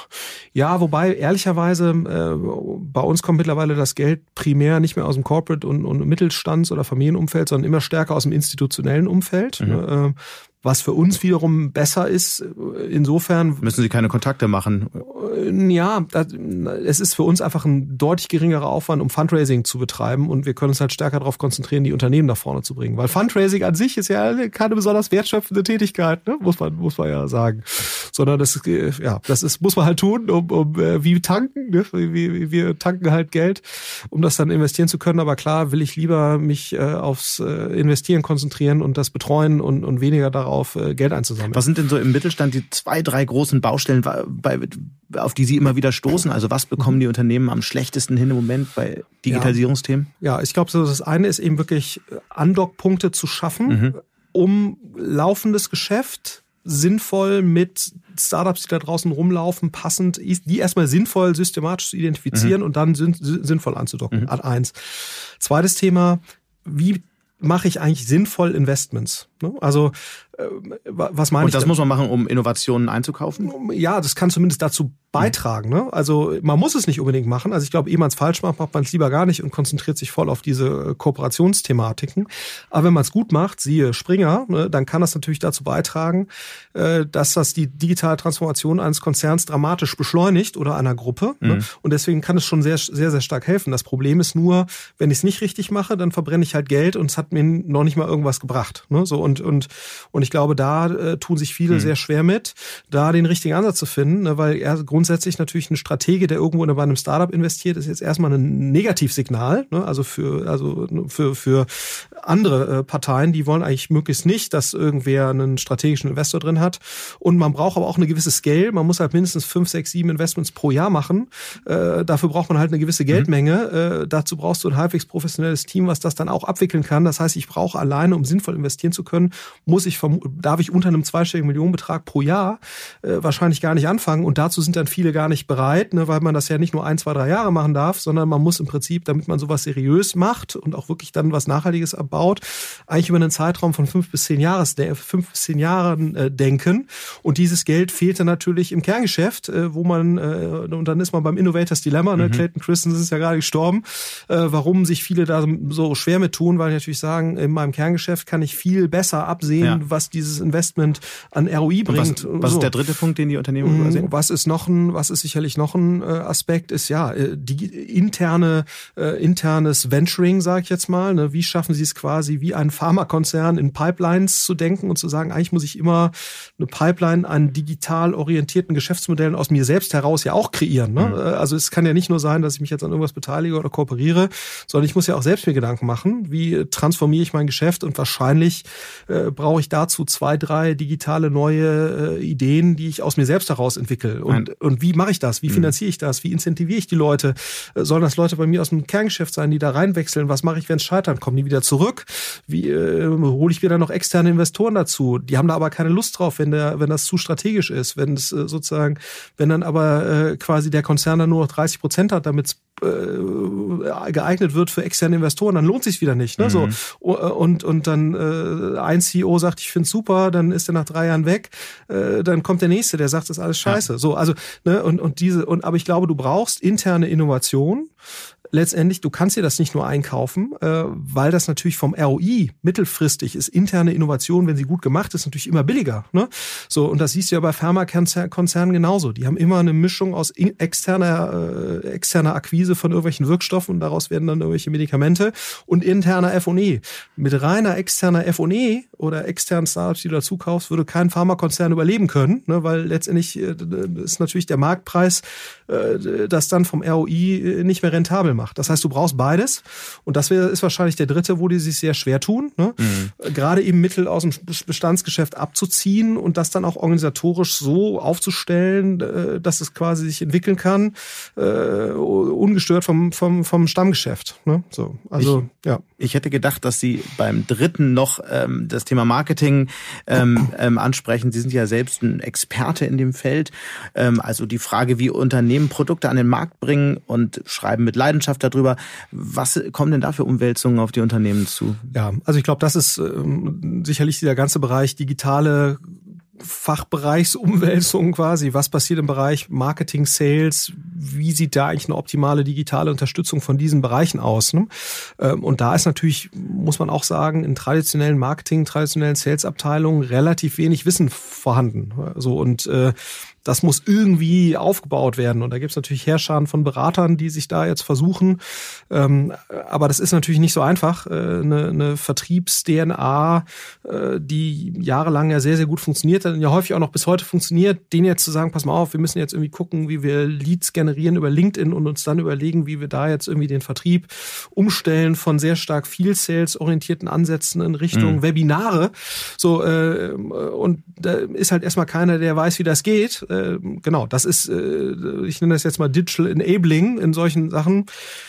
Ja, wobei ehrlicherweise bei uns kommt mittlerweile das Geld primär nicht mehr aus dem Corporate- und Mittelstands- oder Familienumfeld, sondern immer stärker aus dem institutionellen Umfeld. Was für uns wiederum besser ist, insofern... Müssen Sie keine Kontakte machen? Ja, es ist für uns einfach ein deutlich geringerer Aufwand, um Fundraising zu betreiben, und wir können uns halt stärker darauf konzentrieren, die Unternehmen nach vorne zu bringen. Weil Fundraising an sich ist ja keine besonders wertschöpfende Tätigkeit, ne? muss man ja sagen. Sondern das muss man halt tun, wie tanken, ne? Wir tanken halt Geld, um das dann investieren zu können. Aber klar will ich lieber mich aufs Investieren konzentrieren und das betreuen und weniger darauf Geld einzusammeln. Was sind denn so im Mittelstand die 2, 3 großen Baustellen, auf die Sie immer wieder stoßen? Also was bekommen die Unternehmen am schlechtesten hin im Moment bei Digitalisierungsthemen? Ja, ich glaube, so das eine ist eben wirklich Undock-Punkte zu schaffen, um laufendes Geschäft sinnvoll mit Startups, die da draußen rumlaufen, passend, die erstmal sinnvoll systematisch zu identifizieren und dann sinnvoll anzudocken. Ad 1. Zweites Thema, wie mache ich eigentlich sinnvoll Investments? Also was meine ich? Und das muss man machen, um Innovationen einzukaufen? Ja, das kann zumindest dazu beitragen. Ne? Also man muss es nicht unbedingt machen. Also ich glaube, ehe man es falsch macht, macht man es lieber gar nicht und konzentriert sich voll auf diese Kooperationsthematiken. Aber wenn man es gut macht, siehe Springer, ne, dann kann das natürlich dazu beitragen, dass das die digitale Transformation eines Konzerns dramatisch beschleunigt oder einer Gruppe. Ne? Und deswegen kann es schon sehr, sehr, sehr stark helfen. Das Problem ist nur, wenn ich es nicht richtig mache, dann verbrenne ich halt Geld und es hat mir noch nicht mal irgendwas gebracht. Ne? So und ich glaube, da tun sich viele sehr schwer mit, da den richtigen Ansatz zu finden, ne? Weil grundsätzlich natürlich ein Stratege, der irgendwo bei einem Startup investiert, ist jetzt erstmal ein Negativsignal, ne? Also für andere Parteien, die wollen eigentlich möglichst nicht, dass irgendwer einen strategischen Investor drin hat. Und man braucht aber auch eine gewisse Scale. Man muss halt mindestens 5, 6, 7 Investments pro Jahr machen. Dafür braucht man halt eine gewisse Geldmenge. Dazu brauchst du ein halbwegs professionelles Team, was das dann auch abwickeln kann. Das heißt, ich brauche alleine, um sinnvoll investieren zu können, darf ich unter einem zweistelligen Millionenbetrag pro Jahr wahrscheinlich gar nicht anfangen. Und dazu sind dann viele gar nicht bereit, ne, weil man das ja nicht nur 1, 2, 3 Jahre machen darf, sondern man muss im Prinzip, damit man sowas seriös macht und auch wirklich dann was Nachhaltiges abbaut, eigentlich über einen Zeitraum von 5 bis 10 Jahren denken. Und dieses Geld fehlt dann natürlich im Kerngeschäft, wo man, und dann ist man beim Innovators Dilemma, ne? Clayton Christensen ist ja gerade gestorben, warum sich viele da so schwer mit tun, weil die natürlich sagen, in meinem Kerngeschäft kann ich viel besser absehen, was dieses Investment an ROI bringt. Was ist der dritte Punkt, den die Unternehmen übersehen? Was ist sicherlich noch ein Aspekt, ist die internes Venturing, sage ich jetzt mal. Ne? Wie schaffen sie es quasi, wie ein Pharmakonzern in Pipelines zu denken und zu sagen, eigentlich muss ich immer eine Pipeline an digital orientierten Geschäftsmodellen aus mir selbst heraus ja auch kreieren. Ne? Also es kann ja nicht nur sein, dass ich mich jetzt an irgendwas beteilige oder kooperiere, sondern ich muss ja auch selbst mir Gedanken machen, wie transformiere ich mein Geschäft, und wahrscheinlich brauche ich dazu 2, 3 digitale neue Ideen, die ich aus mir selbst heraus entwickle. Und wie mache ich das? Wie finanziere ich das? Wie incentiviere ich die Leute? Sollen das Leute bei mir aus dem Kerngeschäft sein, die da reinwechseln? Was mache ich, wenn es scheitern? Kommen die wieder zurück? Wie hole ich wieder noch externe Investoren dazu? Die haben da aber keine Lust drauf, wenn das zu strategisch ist. Wenn dann aber quasi der Konzern dann nur noch 30% hat, damit es geeignet wird für externe Investoren, dann lohnt sich's wieder nicht. Ne? So, und dann ein CEO sagt, ich find's super, dann ist er nach 3 Jahren weg, dann kommt der nächste, der sagt, das ist alles scheiße. Ja. So, also, ne, aber ich glaube, du brauchst interne Innovation. Letztendlich, du kannst dir das nicht nur einkaufen, weil das natürlich vom ROI mittelfristig ist. Interne Innovation, wenn sie gut gemacht ist, natürlich immer billiger. Ne? So, und das siehst du ja bei Pharmakonzernen genauso. Die haben immer eine Mischung aus externer Akquise von irgendwelchen Wirkstoffen, und daraus werden dann irgendwelche Medikamente, und interner F&E. Mit reiner externer F&E oder externen Startups, die du dazu kaufst, würde kein Pharmakonzern überleben können, ne? Weil letztendlich ist natürlich der Marktpreis, das dann vom ROI nicht mehr rentabel macht. Das heißt, du brauchst beides, und das ist wahrscheinlich der dritte, wo die sich sehr schwer tun, ne? Gerade eben Mittel aus dem Bestandsgeschäft abzuziehen und das dann auch organisatorisch so aufzustellen, dass es quasi sich entwickeln kann, ungestört vom Stammgeschäft. Ne? So, also Ich hätte gedacht, dass Sie beim dritten noch das Thema Marketing ansprechen. Sie sind ja selbst ein Experte in dem Feld. Also die Frage, wie Unternehmen Produkte an den Markt bringen, und schreiben mit Leidenschaft darüber. Was kommen denn da für Umwälzungen auf die Unternehmen zu? Ja, also ich glaube, das ist sicherlich dieser ganze Bereich digitale Fachbereichsumwälzung quasi. Was passiert im Bereich Marketing, Sales? Wie sieht da eigentlich eine optimale digitale Unterstützung von diesen Bereichen aus? Ne? Und da ist natürlich, muss man auch sagen, in traditionellen Marketing, traditionellen Sales-Abteilungen relativ wenig Wissen vorhanden. So, und das muss irgendwie aufgebaut werden. Und da gibt es natürlich Heerscharen von Beratern, die sich da jetzt versuchen. Aber das ist natürlich nicht so einfach. Eine Vertriebs-DNA, die jahrelang ja sehr, sehr gut funktioniert hat und ja häufig auch noch bis heute funktioniert, denen jetzt zu sagen, pass mal auf, wir müssen jetzt irgendwie gucken, wie wir Leads generieren über LinkedIn und uns dann überlegen, wie wir da jetzt irgendwie den Vertrieb umstellen von sehr stark Field-Sales-orientierten Ansätzen in Richtung Webinare. So, und da ist halt erstmal keiner, der weiß, wie das geht. Genau, das ist, ich nenne das jetzt mal Digital Enabling in solchen Sachen.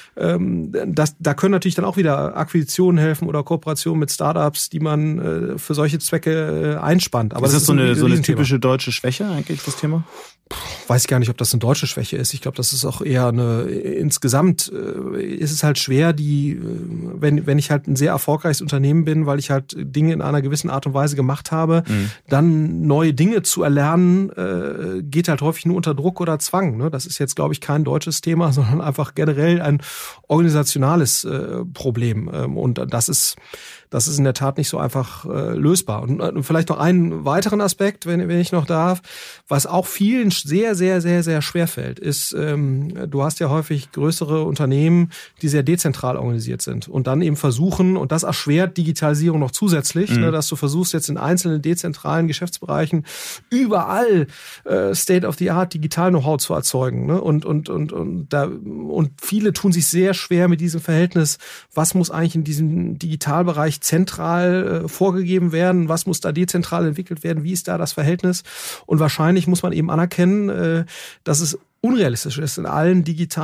Da können natürlich dann auch wieder Akquisitionen helfen oder Kooperationen mit Startups, die man für solche Zwecke einspannt. Aber das ist so eine typische deutsche Schwäche eigentlich, das Thema? Weiß ich gar nicht, ob das eine deutsche Schwäche ist. Ich glaube, das ist auch eher insgesamt ist es halt schwer, wenn ich halt ein sehr erfolgreiches Unternehmen bin, weil ich halt Dinge in einer gewissen Art und Weise gemacht habe, dann neue Dinge zu erlernen, geht halt häufig nur unter Druck oder Zwang. Ne? Das ist jetzt, glaube ich, kein deutsches Thema, sondern einfach generell ein organisationales Problem. Und das ist in der Tat nicht so einfach lösbar. Und vielleicht noch einen weiteren Aspekt, wenn ich noch darf, was auch vielen sehr, sehr, sehr, sehr schwer fällt, ist, du hast ja häufig größere Unternehmen, die sehr dezentral organisiert sind und dann eben versuchen, und das erschwert Digitalisierung noch zusätzlich, ne, dass du versuchst jetzt in einzelnen dezentralen Geschäftsbereichen überall State-of-the-art Digital-Know-how zu erzeugen. Ne? Und viele tun sich sehr schwer mit diesem Verhältnis, was muss eigentlich in diesem Digitalbereich zentral vorgegeben werden, was muss da dezentral entwickelt werden, wie ist da das Verhältnis? Und wahrscheinlich muss man eben anerkennen, dass es unrealistisch ist, in allen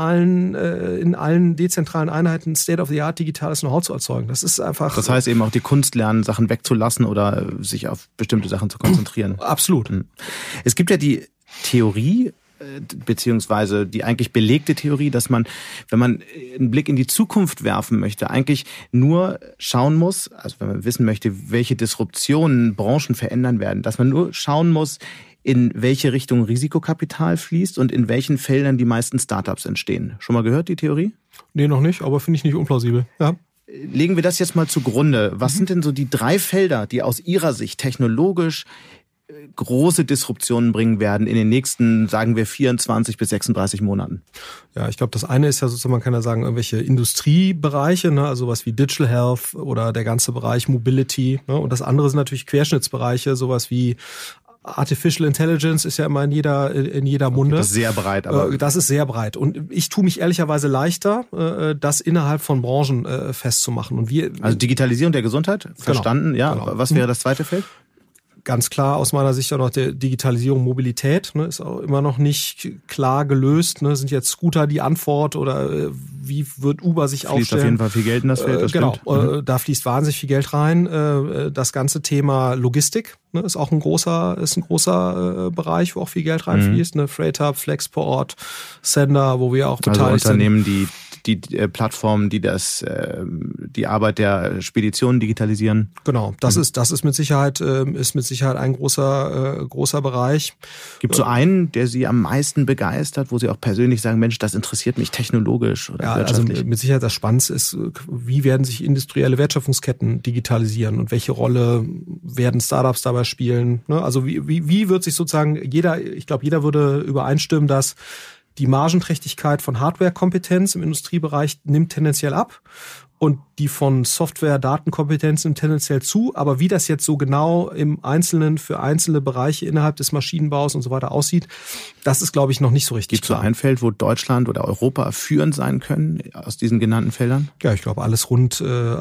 dezentralen Einheiten State-of-the-Art digitales Know-how zu erzeugen. Das ist einfach. Das heißt eben auch die Kunst lernen, Sachen wegzulassen oder sich auf bestimmte Sachen zu konzentrieren. Absolut. Es gibt ja die Theorie, beziehungsweise die eigentlich belegte Theorie, dass man, wenn man einen Blick in die Zukunft werfen möchte, eigentlich nur schauen muss, also wenn man wissen möchte, welche Disruptionen Branchen verändern werden, dass man nur schauen muss, in welche Richtung Risikokapital fließt und in welchen Feldern die meisten Startups entstehen. Schon mal gehört, die Theorie? Nee, noch nicht, aber finde ich nicht unplausibel. Ja. Legen wir das jetzt mal zugrunde. Was sind denn so die 3 Felder, die aus Ihrer Sicht technologisch große Disruptionen bringen werden in den nächsten, sagen wir, 24 bis 36 Monaten? Ja, ich glaube, das eine ist ja sozusagen, man kann ja sagen, irgendwelche Industriebereiche, ne, also sowas wie Digital Health oder der ganze Bereich Mobility. Ne, und das andere sind natürlich Querschnittsbereiche, sowas wie Artificial Intelligence ist ja immer in jeder Munde. Das ist sehr breit, aber das ist sehr breit. Und ich tue mich ehrlicherweise leichter, das innerhalb von Branchen festzumachen. Und also Digitalisierung der Gesundheit, verstanden, genau, ja. Genau. Was wäre das zweite Feld? Ganz klar aus meiner Sicht auch noch der Digitalisierung Mobilität, ne, ist auch immer noch nicht klar gelöst. Ne, sind jetzt Scooter die Antwort oder wie wird Uber sich aufstellen? Fließt auf jeden Fall viel Geld in das Feld, das genau, da fließt wahnsinnig viel Geld rein. Das ganze Thema Logistik, ne, ist auch ein großer Bereich, wo auch viel Geld reinfließt. Ne, Freight Hub, Flexport, Sender, wo wir auch beteiligt sind. Also Unternehmen, die Plattformen, die die Arbeit der Speditionen digitalisieren. Genau, das ist mit Sicherheit ein großer Bereich. Gibt es so einen, der Sie am meisten begeistert, wo Sie auch persönlich sagen, Mensch, das interessiert mich technologisch oder wirtschaftlich? Also mit Sicherheit das Spannendste ist, wie werden sich industrielle Wertschöpfungsketten digitalisieren und welche Rolle werden Startups dabei spielen? Also wie wird sich sozusagen jeder würde übereinstimmen, dass die Margenträchtigkeit von Hardware-Kompetenz im Industriebereich nimmt tendenziell ab und die von Software-Datenkompetenz nimmt tendenziell zu. Aber wie das jetzt so genau im Einzelnen für einzelne Bereiche innerhalb des Maschinenbaus und so weiter aussieht, das ist, glaube ich, noch nicht so richtig klar. Gibt es so ein Feld, wo Deutschland oder Europa führend sein können aus diesen genannten Feldern? Ja, ich glaube, alles rund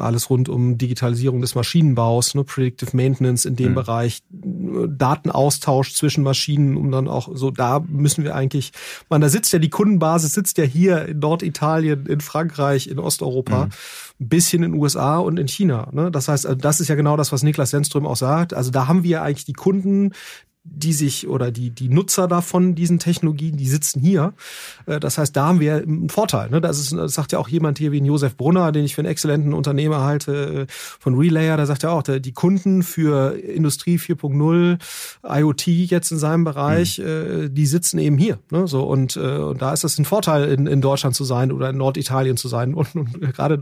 um Digitalisierung des Maschinenbaus, ne, Predictive Maintenance in dem Bereich, Datenaustausch zwischen Maschinen, um dann auch so, da müssen wir eigentlich, da sitzt ja die Kundenbasis, sitzt ja hier in Norditalien, in Frankreich, in Osteuropa, ein bisschen in den USA und in China. Ne? Das heißt, das ist ja genau das, was Niklas Zennström auch sagt. Also da haben wir eigentlich die Kunden, die sich oder die Nutzer davon, diesen Technologien, die sitzen hier. Das heißt, da haben wir einen Vorteil. Ne? Das sagt ja auch jemand hier wie ein Josef Brunner, den ich für einen exzellenten Unternehmer halte, von Relayer, der sagt ja auch, die Kunden für Industrie 4.0, IoT jetzt in seinem Bereich, die sitzen eben hier. Ne? So, und da ist das ein Vorteil, in Deutschland zu sein oder in Norditalien zu sein. Und gerade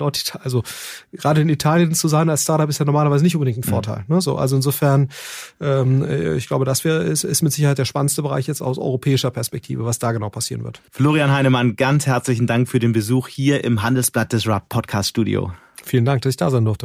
in Italien zu sein als Startup ist ja normalerweise nicht unbedingt ein Vorteil. Ne? So, also insofern, ich glaube, das ist mit Sicherheit der spannendste Bereich jetzt aus europäischer Perspektive, was da genau passieren wird. Florian Heinemann, ganz herzlichen Dank für den Besuch hier im Handelsblatt Disrupt Podcast Studio. Vielen Dank, dass ich da sein durfte.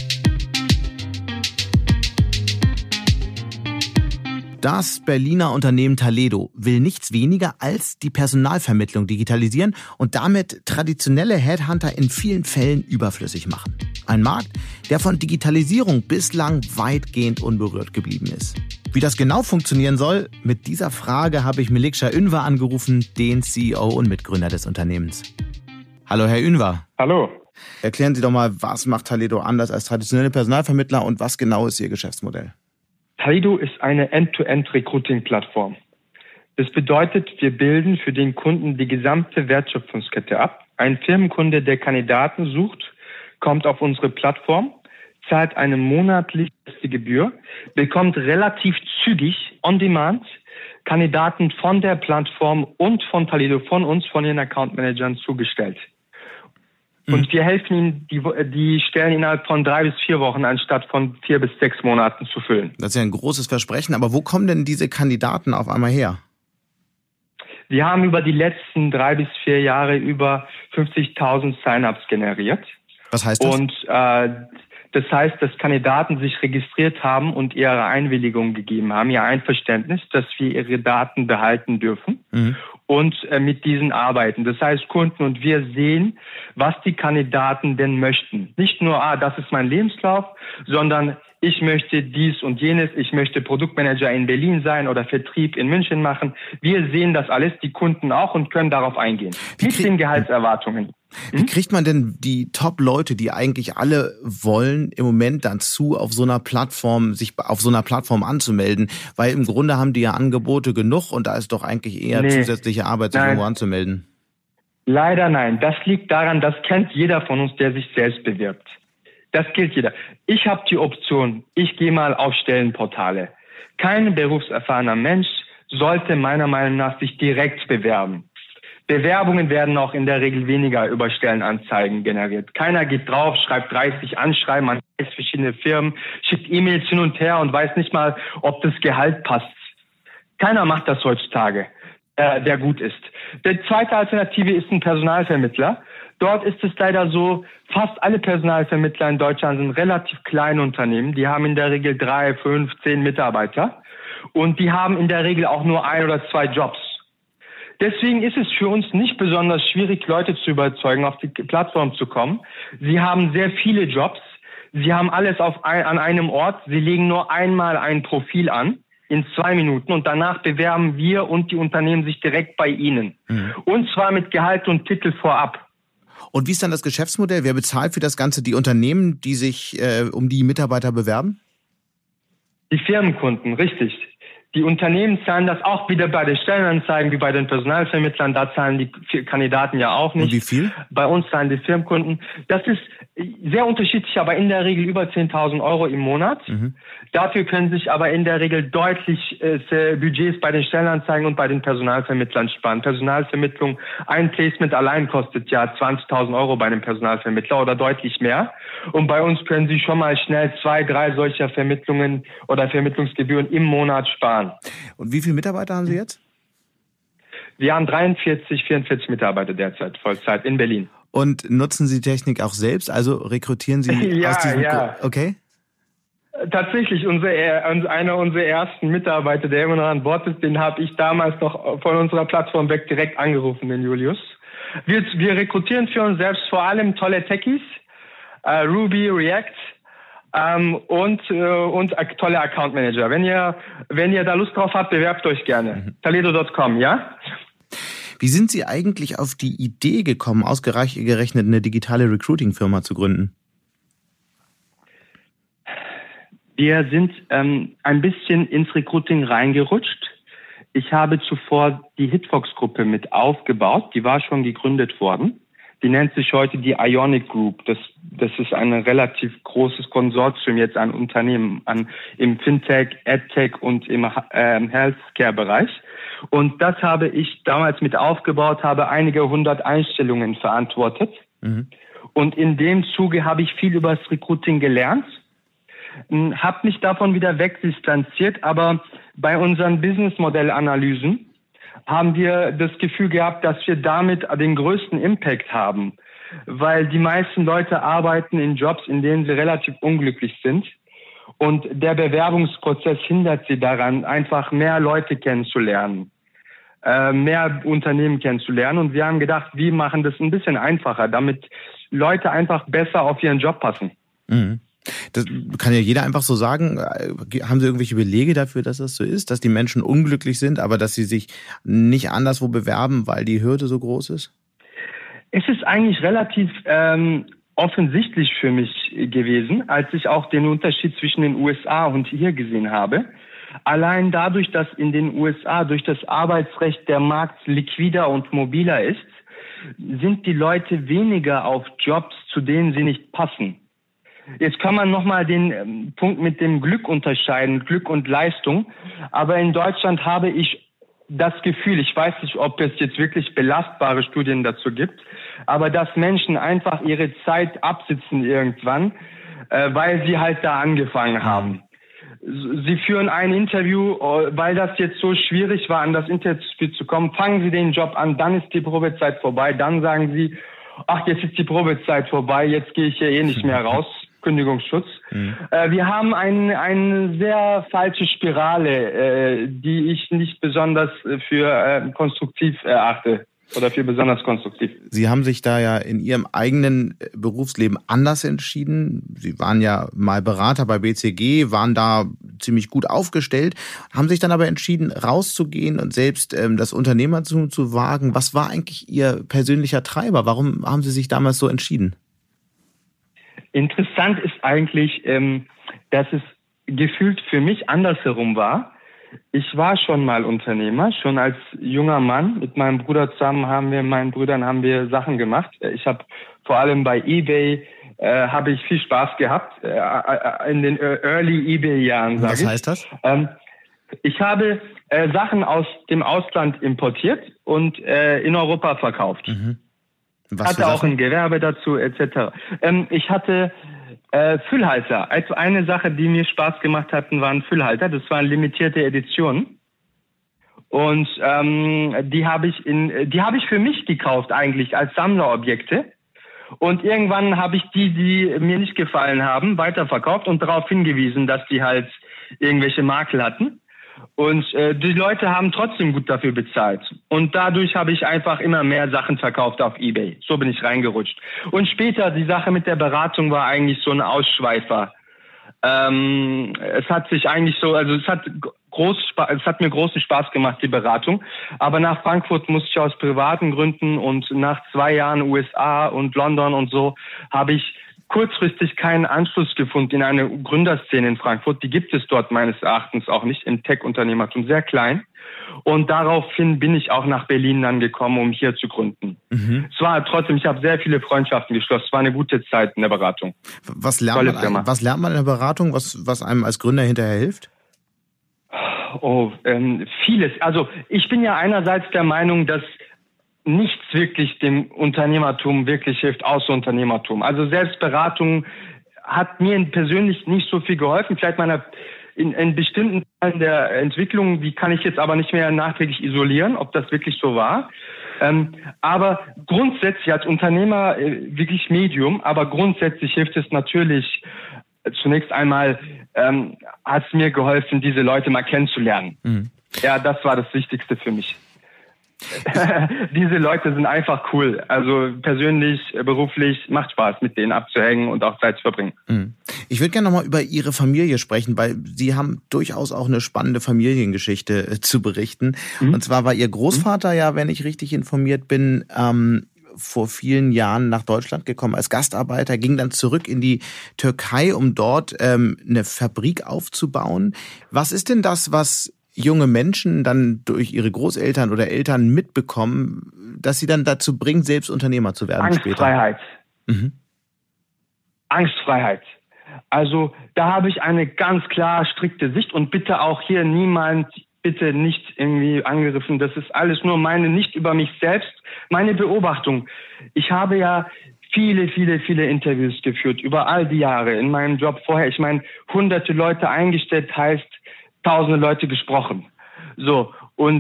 Das Berliner Unternehmen Taledo will nichts weniger als die Personalvermittlung digitalisieren und damit traditionelle Headhunter in vielen Fällen überflüssig machen. Ein Markt, der von Digitalisierung bislang weitgehend unberührt geblieben ist. Wie das genau funktionieren soll, mit dieser Frage habe ich Meliksha Ünver angerufen, den CEO und Mitgründer des Unternehmens. Hallo, Herr Ünver. Hallo. Erklären Sie doch mal, was macht Taledo anders als traditionelle Personalvermittler und was genau ist Ihr Geschäftsmodell? Taledo ist eine End-to-End-Recruiting-Plattform. Das bedeutet, wir bilden für den Kunden die gesamte Wertschöpfungskette ab. Ein Firmenkunde, der Kandidaten sucht, kommt auf unsere Plattform, zahlt eine monatliche Gebühr, bekommt relativ zügig, on demand, Kandidaten von der Plattform und von Taledo, von den Account-Managern zugestellt. Und wir helfen ihnen, die Stellen innerhalb von 3 bis 4 Wochen anstatt von 4 bis 6 Monaten zu füllen. Das ist ja ein großes Versprechen, aber wo kommen denn diese Kandidaten auf einmal her? Wir haben über die letzten 3 bis 4 Jahre über 50.000 Sign-ups generiert. Was heißt das? Und das heißt, dass Kandidaten sich registriert haben und ihre Einwilligung gegeben haben, ihr Einverständnis, dass wir ihre Daten behalten dürfen. und mit diesen arbeiten. Das heißt, Kunden und wir sehen, was die Kandidaten denn möchten. Nicht nur, das ist mein Lebenslauf, sondern ich möchte dies und jenes, ich möchte Produktmanager in Berlin sein oder Vertrieb in München machen. Wir sehen das alles, die Kunden auch, und können darauf eingehen. Mit den Gehaltserwartungen. Wie kriegt man denn die Top-Leute, die eigentlich alle wollen, im Moment dazu, auf so einer Plattform, sich auf so einer Plattform anzumelden? Weil im Grunde haben die ja Angebote genug und da ist doch eigentlich eher zusätzliche Arbeit, sich irgendwo anzumelden. Leider nein. Das liegt daran, das kennt jeder von uns, der sich selbst bewirbt. Das gilt jeder. Ich habe die Option, ich gehe mal auf Stellenportale. Kein berufserfahrener Mensch sollte meiner Meinung nach sich direkt bewerben. Bewerbungen werden auch in der Regel weniger über Stellenanzeigen generiert. Keiner geht drauf, schreibt 30 Anschreiben an verschiedene Firmen, schickt E-Mails hin und her und weiß nicht mal, ob das Gehalt passt. Keiner macht das heutzutage, der gut ist. Die zweite Alternative ist ein Personalvermittler. Dort ist es leider so, fast alle Personalvermittler in Deutschland sind relativ kleine Unternehmen. Die haben in der Regel 3, 5, 10 Mitarbeiter. Und die haben in der Regel auch nur 1 oder 2 Jobs. Deswegen ist es für uns nicht besonders schwierig, Leute zu überzeugen, auf die Plattform zu kommen. Sie haben sehr viele Jobs. Sie haben alles an einem Ort. Sie legen nur einmal ein Profil an in 2 Minuten und danach bewerben wir und die Unternehmen sich direkt bei Ihnen. Und zwar mit Gehalt und Titel vorab. Und wie ist dann das Geschäftsmodell? Wer bezahlt für das Ganze? Die Unternehmen, die sich um die Mitarbeiter bewerben? Die Firmenkunden, richtig. Die Unternehmen zahlen das auch wieder bei den Stellenanzeigen wie bei den Personalvermittlern. Da zahlen die Kandidaten ja auch nicht. Und wie viel? Bei uns zahlen die Firmenkunden. Das ist sehr unterschiedlich, aber in der Regel über 10.000 Euro im Monat. Dafür können sich aber in der Regel deutlich Budgets bei den Stellenanzeigen und bei den Personalvermittlern sparen. Personalvermittlung, ein Placement allein kostet ja 20.000 Euro bei einem Personalvermittler oder deutlich mehr. Und bei uns können Sie schon mal schnell 2, 3 solcher Vermittlungen oder Vermittlungsgebühren im Monat sparen. Und wie viele Mitarbeiter haben Sie jetzt? Wir haben 43, 44 Mitarbeiter derzeit, Vollzeit in Berlin. Und nutzen Sie Technik auch selbst? Also rekrutieren Sie aus diesem... Ja. Okay. Tatsächlich, einer unserer ersten Mitarbeiter, der immer noch an Bord ist, den habe ich damals noch von unserer Plattform weg direkt angerufen, den Julius. Wir rekrutieren für uns selbst vor allem tolle Techies, Ruby, React und tolle Account Manager. Wenn ihr da Lust drauf habt, bewerbt euch gerne. Taledo.com, ja? Wie sind Sie eigentlich auf die Idee gekommen, ausgerechnet eine digitale Recruiting-Firma zu gründen? Wir sind ein bisschen ins Recruiting reingerutscht. Ich habe zuvor die Hitfox-Gruppe mit aufgebaut. Die war schon gegründet worden. Die nennt sich heute die Ionic Group. Das ist ein relativ großes Konsortium jetzt an Unternehmen im Fintech, AdTech und im Healthcare-Bereich. Und das habe ich damals mit aufgebaut, habe einige 100 Einstellungen verantwortet. Und in dem Zuge habe ich viel über das Recruiting gelernt. Habe mich davon wieder wegdistanziert, aber bei unseren Businessmodellanalysen haben wir das Gefühl gehabt, dass wir damit den größten Impact haben, weil die meisten Leute arbeiten in Jobs, in denen sie relativ unglücklich sind und der Bewerbungsprozess hindert sie daran, einfach mehr Leute kennenzulernen, mehr Unternehmen kennenzulernen und wir haben gedacht, wir machen das ein bisschen einfacher, damit Leute einfach besser auf ihren Job passen. Das kann ja jeder einfach so sagen. Haben Sie irgendwelche Belege dafür, dass das so ist, dass die Menschen unglücklich sind, aber dass sie sich nicht anderswo bewerben, weil die Hürde so groß ist? Es ist eigentlich relativ offensichtlich für mich gewesen, als ich auch den Unterschied zwischen den USA und hier gesehen habe. Allein dadurch, dass in den USA durch das Arbeitsrecht der Markt liquider und mobiler ist, sind die Leute weniger auf Jobs, zu denen sie nicht passen. Jetzt kann man nochmal den Punkt mit dem Glück unterscheiden, Glück und Leistung. Aber in Deutschland habe ich das Gefühl, ich weiß nicht, ob es jetzt wirklich belastbare Studien dazu gibt, aber dass Menschen einfach ihre Zeit absitzen irgendwann, weil sie halt da angefangen haben. Sie führen ein Interview, weil das jetzt so schwierig war, an das Interview zu kommen. Fangen Sie den Job an, dann ist die Probezeit vorbei. Dann sagen Sie, ach, jetzt ist die Probezeit vorbei, jetzt gehe ich ja eh nicht mehr raus. Kündigungsschutz. Wir haben eine sehr falsche Spirale, die ich nicht besonders für konstruktiv erachte. Oder für besonders konstruktiv. Sie haben sich da ja in Ihrem eigenen Berufsleben anders entschieden. Sie waren ja mal Berater bei BCG, waren da ziemlich gut aufgestellt, haben sich dann aber entschieden, rauszugehen und selbst das Unternehmertum zu wagen. Was war eigentlich Ihr persönlicher Treiber? Warum haben Sie sich damals so entschieden? Interessant ist eigentlich, dass es gefühlt für mich andersherum war. Ich war schon mal Unternehmer, schon als junger Mann. Mit meinem Bruder zusammen haben wir Sachen gemacht. Ich habe vor allem bei eBay habe ich viel Spaß gehabt in den Early eBay-Jahren. Was heißt das? Ich habe Sachen aus dem Ausland importiert und in Europa verkauft. Was hatte auch ein Gewerbe dazu etc. Ich hatte Füllhalter. Also eine Sache, die mir Spaß gemacht hatten, waren Füllhalter. Das waren limitierte Editionen. Und die habe ich für mich gekauft eigentlich als Sammlerobjekte. Und irgendwann habe ich die mir nicht gefallen haben, weiterverkauft und darauf hingewiesen, dass die halt irgendwelche Makel hatten. Und die Leute haben trotzdem gut dafür bezahlt. Und dadurch habe ich einfach immer mehr Sachen verkauft auf eBay. So bin ich reingerutscht. Und später, die Sache mit der Beratung war eigentlich so ein Ausschweifer. Es hat mir großen Spaß gemacht, die Beratung. Aber nach Frankfurt musste ich aus privaten Gründen und nach 2 Jahren USA und London und so habe ich kurzfristig keinen Anschluss gefunden in eine Gründerszene in Frankfurt. Die gibt es dort meines Erachtens auch nicht, im Tech-Unternehmertum, sehr klein. Und daraufhin bin ich auch nach Berlin dann gekommen, um hier zu gründen. Es war trotzdem, ich habe sehr viele Freundschaften geschlossen. Es war eine gute Zeit in der Beratung. Was lernt man in der Beratung, was einem als Gründer hinterher hilft? Vieles. Also ich bin ja einerseits der Meinung, dass nichts wirklich dem Unternehmertum wirklich hilft, außer Unternehmertum. Also Selbstberatung hat mir persönlich nicht so viel geholfen. Vielleicht in bestimmten Teilen der Entwicklung, die kann ich jetzt aber nicht mehr nachträglich isolieren, ob das wirklich so war. Aber grundsätzlich als Unternehmer wirklich Medium, aber grundsätzlich hilft es natürlich zunächst einmal, hat es mir geholfen, diese Leute mal kennenzulernen. Ja, das war das Wichtigste für mich. Diese Leute sind einfach cool. Also persönlich, beruflich, macht Spaß, mit denen abzuhängen und auch Zeit zu verbringen. Ich würde gerne nochmal über Ihre Familie sprechen, weil Sie haben durchaus auch eine spannende Familiengeschichte zu berichten. Und zwar war Ihr Großvater ja, wenn ich richtig informiert bin, vor vielen Jahren nach Deutschland gekommen als Gastarbeiter, ging dann zurück in die Türkei, um dort eine Fabrik aufzubauen. Was ist denn das, was junge Menschen dann durch ihre Großeltern oder Eltern mitbekommen, dass sie dann dazu bringt, selbst Unternehmer zu werden Angstfreiheit. später? Angstfreiheit. Also da habe ich eine ganz klar strikte Sicht und bitte auch hier bitte nicht irgendwie angegriffen. Das ist alles nur nicht über mich selbst, meine Beobachtung. Ich habe ja viele, viele, viele Interviews geführt über all die Jahre in meinem Job vorher. Ich meine, 100 Leute eingestellt heißt 1000 Leute gesprochen. So, und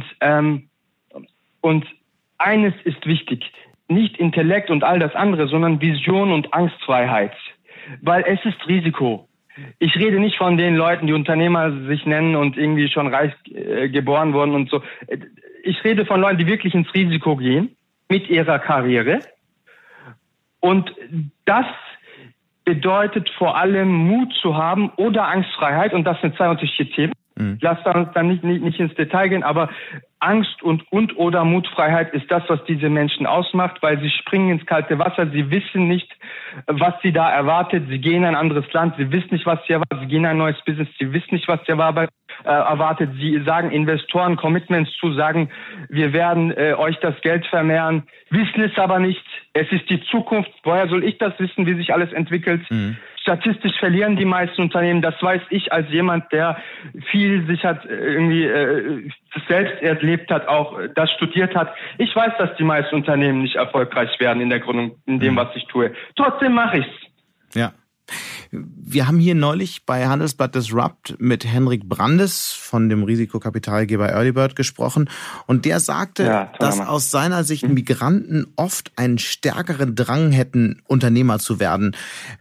eines ist wichtig. Nicht Intellekt und all das andere, sondern Vision und Angstfreiheit. Weil es ist Risiko. Ich rede nicht von den Leuten, die Unternehmer sich nennen und irgendwie schon reich geboren wurden und so. Ich rede von Leuten, die wirklich ins Risiko gehen mit ihrer Karriere. Und das bedeutet vor allem Mut zu haben oder Angstfreiheit. Und das sind 2 unterschiedliche Themen. Lass uns dann nicht ins Detail gehen, aber Angst und oder Mutfreiheit ist das, was diese Menschen ausmacht, weil sie springen ins kalte Wasser, sie wissen nicht, was sie da erwartet, sie gehen in ein anderes Land, sie wissen nicht, was sie erwartet, sie gehen in ein neues Business, sie wissen nicht, was sie erwartet, sie sagen Investoren Commitments zu, sagen, wir werden euch das Geld vermehren, wissen es aber nicht, es ist die Zukunft, woher soll ich das wissen, wie sich alles entwickelt? Statistisch verlieren die meisten Unternehmen, das weiß ich als jemand, der viel sich hat irgendwie selbst erlebt hat, auch das studiert hat. Ich weiß, dass die meisten Unternehmen nicht erfolgreich werden in der Gründung, in dem, was ich tue. Trotzdem mache ich's. Ja. Wir haben hier neulich bei Handelsblatt Disrupt mit Henrik Brandes von dem Risikokapitalgeber Earlybird gesprochen und der sagte, dass aus seiner Sicht Migranten oft einen stärkeren Drang hätten, Unternehmer zu werden.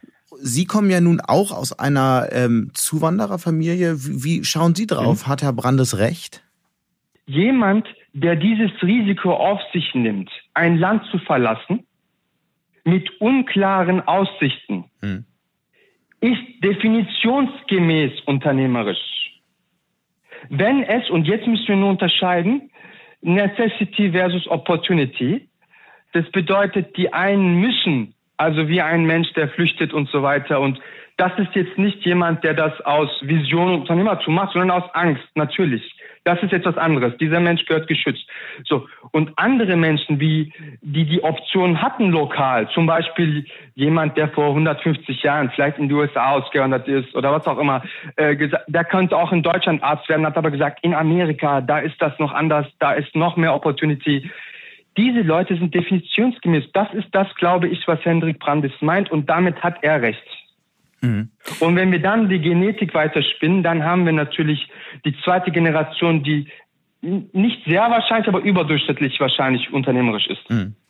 Sie kommen ja nun auch aus einer Zuwandererfamilie. Wie schauen Sie drauf? Hat Herr Brandes recht? Jemand, der dieses Risiko auf sich nimmt, ein Land zu verlassen, mit unklaren Aussichten, ist definitionsgemäß unternehmerisch. Wenn es, und jetzt müssen wir nur unterscheiden, Necessity versus Opportunity, das bedeutet, die einen müssen, also wie ein Mensch, der flüchtet und so weiter. Und das ist jetzt nicht jemand, der das aus Vision und Unternehmertum macht, sondern aus Angst, natürlich. Das ist etwas anderes. Dieser Mensch gehört geschützt. So. Und andere Menschen, die Option hatten lokal, zum Beispiel jemand, der vor 150 Jahren vielleicht in die USA ausgewandert ist oder was auch immer, der könnte auch in Deutschland Arzt werden, hat aber gesagt, in Amerika, da ist das noch anders, da ist noch mehr Opportunity. Diese Leute sind definitionsgemäß. Das ist das, glaube ich, was Hendrik Brandes meint, und damit hat er recht. Und wenn wir dann die Genetik weiterspinnen, dann haben wir natürlich die zweite Generation, die nicht sehr wahrscheinlich, aber überdurchschnittlich wahrscheinlich unternehmerisch ist.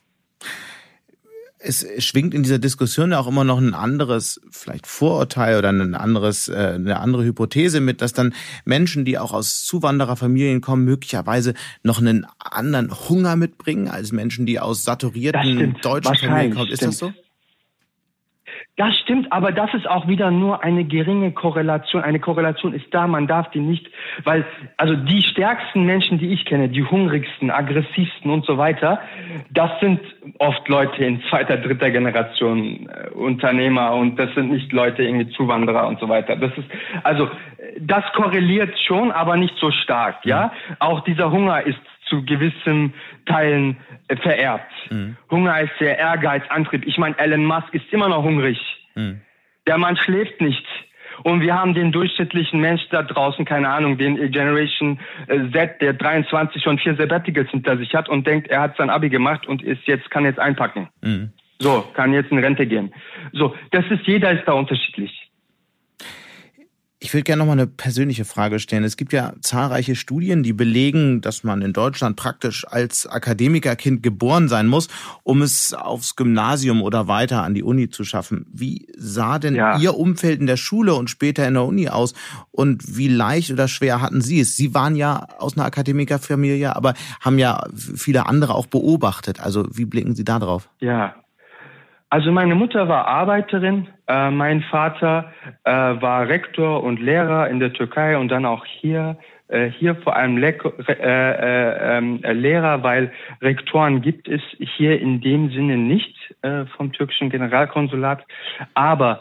Es schwingt in dieser Diskussion ja auch immer noch ein anderes vielleicht Vorurteil oder eine andere Hypothese mit, dass dann Menschen, die auch aus Zuwandererfamilien kommen, möglicherweise noch einen anderen Hunger mitbringen als Menschen, die aus saturierten deutschen Familien kommen. Ist das so? Das stimmt, aber das ist auch wieder nur eine geringe Korrelation. Eine Korrelation ist da, man darf die nicht, weil also die stärksten Menschen, die ich kenne, die hungrigsten, aggressivsten und so weiter, das sind oft Leute in zweiter, dritter Generation Unternehmer, und das sind nicht Leute irgendwie Zuwanderer und so weiter. Das korreliert schon, aber nicht so stark, ja. Auch dieser Hunger ist zu gewissen Teilen vererbt. Hunger ist der Ehrgeiz, Antrieb. Ich meine, Elon Musk ist immer noch hungrig. Der Mann schläft nicht. Und wir haben den durchschnittlichen Mensch da draußen, keine Ahnung, den Generation Z, der 23 und 4 Sabbaticals hinter sich hat und denkt, er hat sein Abi gemacht und kann jetzt einpacken. So, kann jetzt in Rente gehen. So, jeder ist da unterschiedlich. Ich würde gerne noch mal eine persönliche Frage stellen. Es gibt ja zahlreiche Studien, die belegen, dass man in Deutschland praktisch als Akademikerkind geboren sein muss, um es aufs Gymnasium oder weiter an die Uni zu schaffen. Wie sah denn Ihr Umfeld in der Schule und später in der Uni aus? Und wie leicht oder schwer hatten Sie es? Sie waren ja aus einer Akademikerfamilie, aber haben ja viele andere auch beobachtet. Also wie blicken Sie da drauf? Ja. Also meine Mutter war Arbeiterin, mein Vater war Rektor und Lehrer in der Türkei und dann auch hier vor allem Lehrer, weil Rektoren gibt es hier in dem Sinne nicht vom türkischen Generalkonsulat. Aber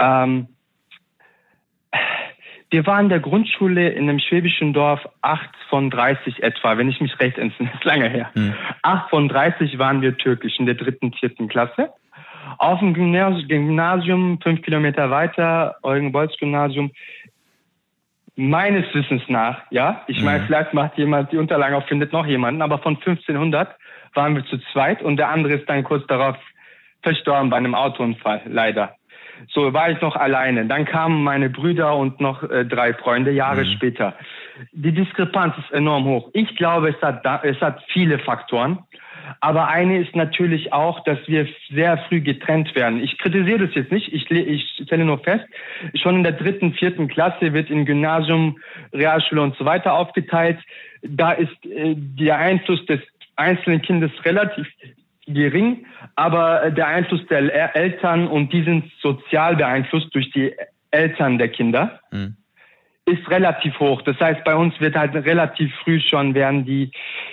wir waren in der Grundschule in einem schwäbischen Dorf 8 von 30 etwa, wenn ich mich recht entsinne, ist lange her. 8 von 30 waren wir türkisch in der 3., 4. Klasse. Auf dem Gymnasium, 5 Kilometer weiter, Eugen-Bolz-Gymnasium, meines Wissens nach, ja, ich meine, vielleicht macht jemand die Unterlagen auf, findet noch jemanden, aber von 1500 waren wir zu zweit und der andere ist dann kurz darauf verstorben bei einem Autounfall, leider. So war ich noch alleine. Dann kamen meine Brüder und noch 3 Freunde Jahre später. Die Diskrepanz ist enorm hoch. Ich glaube, es hat viele Faktoren. Aber eine ist natürlich auch, dass wir sehr früh getrennt werden. Ich kritisiere das jetzt nicht, ich stelle nur fest, schon in der 3., 4. Klasse wird in Gymnasium, Realschule und so weiter aufgeteilt. Da ist der Einfluss des einzelnen Kindes relativ gering, aber der Einfluss der Eltern, und die sind sozial beeinflusst durch die Eltern der Kinder, ist relativ hoch. Das heißt, bei uns wird halt relativ früh schon werden die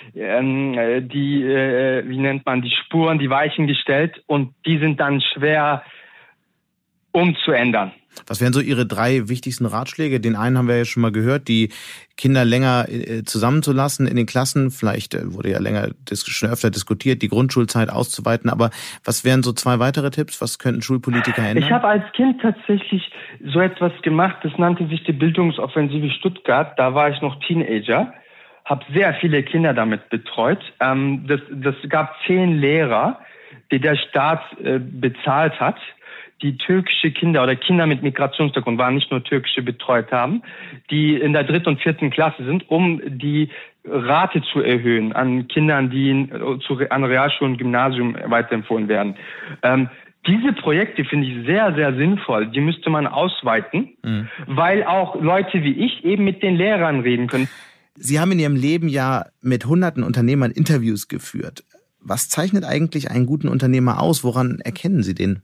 Spuren, die Weichen gestellt, und die sind dann schwer umzuändern. Was wären so Ihre 3 wichtigsten Ratschläge? Den einen haben wir ja schon mal gehört, die Kinder länger zusammenzulassen in den Klassen. Vielleicht wurde ja schon öfter diskutiert, die Grundschulzeit auszuweiten. Aber was wären so 2 weitere Tipps? Was könnten Schulpolitiker ändern? Ich habe als Kind tatsächlich so etwas gemacht, das nannte sich die Bildungsoffensive Stuttgart. Da war ich noch Teenager, habe sehr viele Kinder damit betreut. Das gab 10 Lehrer, die der Staat bezahlt hat, die türkische Kinder oder Kinder mit Migrationshintergrund, waren nicht nur türkische, betreut haben, die in der 3. und 4. Klasse sind, um die Rate zu erhöhen an Kindern, die an Realschulen und Gymnasium weiterempfohlen werden. diese Projekte finde ich sehr, sehr sinnvoll. Die müsste man ausweiten, weil auch Leute wie ich eben mit den Lehrern reden können. Sie haben in Ihrem Leben ja mit hunderten Unternehmern Interviews geführt. Was zeichnet eigentlich einen guten Unternehmer aus? Woran erkennen Sie den?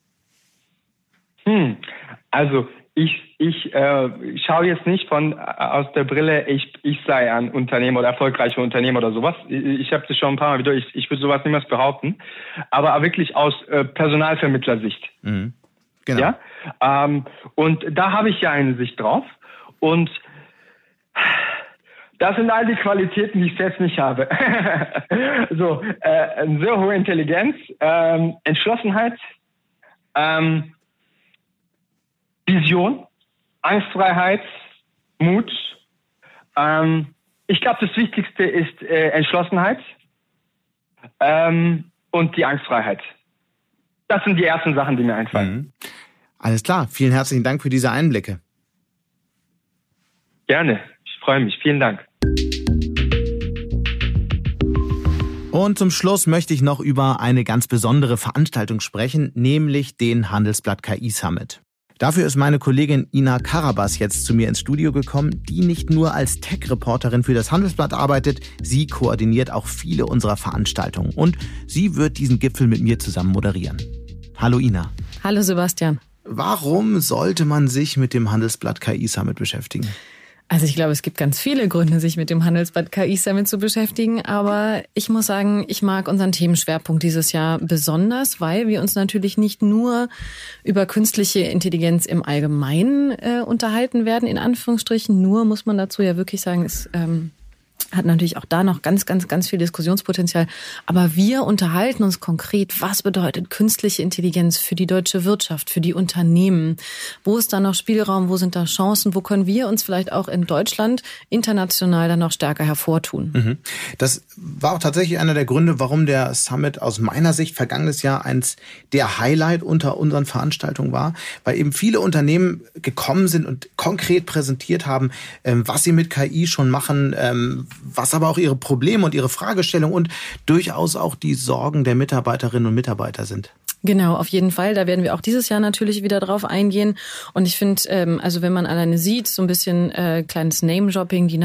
Also ich schaue jetzt nicht aus der Brille, ich sei ein Unternehmer oder erfolgreicher Unternehmer oder sowas. Ich habe das schon ein paar Mal wieder, ich würde sowas niemals behaupten. Aber wirklich aus Personalvermittlersicht. Mhm. Genau. Ja? Und da habe ich ja eine Sicht drauf. Und das sind all die Qualitäten, die ich selbst nicht habe. So, eine sehr hohe Intelligenz, Entschlossenheit, Vision, Angstfreiheit, Mut. Ich glaube, das Wichtigste ist Entschlossenheit und die Angstfreiheit. Das sind die ersten Sachen, die mir einfallen. Mhm. Alles klar, vielen herzlichen Dank für diese Einblicke. Gerne, ich freue mich. Vielen Dank. Und zum Schluss möchte ich noch über eine ganz besondere Veranstaltung sprechen, nämlich den Handelsblatt KI Summit. Dafür ist meine Kollegin Ina Karabas jetzt zu mir ins Studio gekommen, die nicht nur als Tech-Reporterin für das Handelsblatt arbeitet, sie koordiniert auch viele unserer Veranstaltungen und sie wird diesen Gipfel mit mir zusammen moderieren. Hallo Ina. Hallo Sebastian. Warum sollte man sich mit dem Handelsblatt KI Summit beschäftigen? Also ich glaube, es gibt ganz viele Gründe, sich mit dem Handelsblatt KI Summit zu beschäftigen. Aber ich muss sagen, ich mag unseren Themenschwerpunkt dieses Jahr besonders, weil wir uns natürlich nicht nur über künstliche Intelligenz im Allgemeinen unterhalten werden, in Anführungsstrichen. Nur muss man dazu ja wirklich sagen, es hat natürlich auch da noch ganz, ganz, ganz viel Diskussionspotenzial. Aber wir unterhalten uns konkret, was bedeutet künstliche Intelligenz für die deutsche Wirtschaft, für die Unternehmen? Wo ist da noch Spielraum? Wo sind da Chancen? Wo können wir uns vielleicht auch in Deutschland international dann noch stärker hervortun? Mhm. Das war auch tatsächlich einer der Gründe, warum der Summit aus meiner Sicht vergangenes Jahr eins der Highlight unter unseren Veranstaltungen war, weil eben viele Unternehmen gekommen sind und konkret präsentiert haben, was sie mit KI schon machen, was aber auch ihre Probleme und ihre Fragestellungen und durchaus auch die Sorgen der Mitarbeiterinnen und Mitarbeiter sind. Genau, auf jeden Fall. Da werden wir auch dieses Jahr natürlich wieder drauf eingehen. Und ich finde, also wenn man alleine sieht, so ein bisschen kleines Name-Dropping, die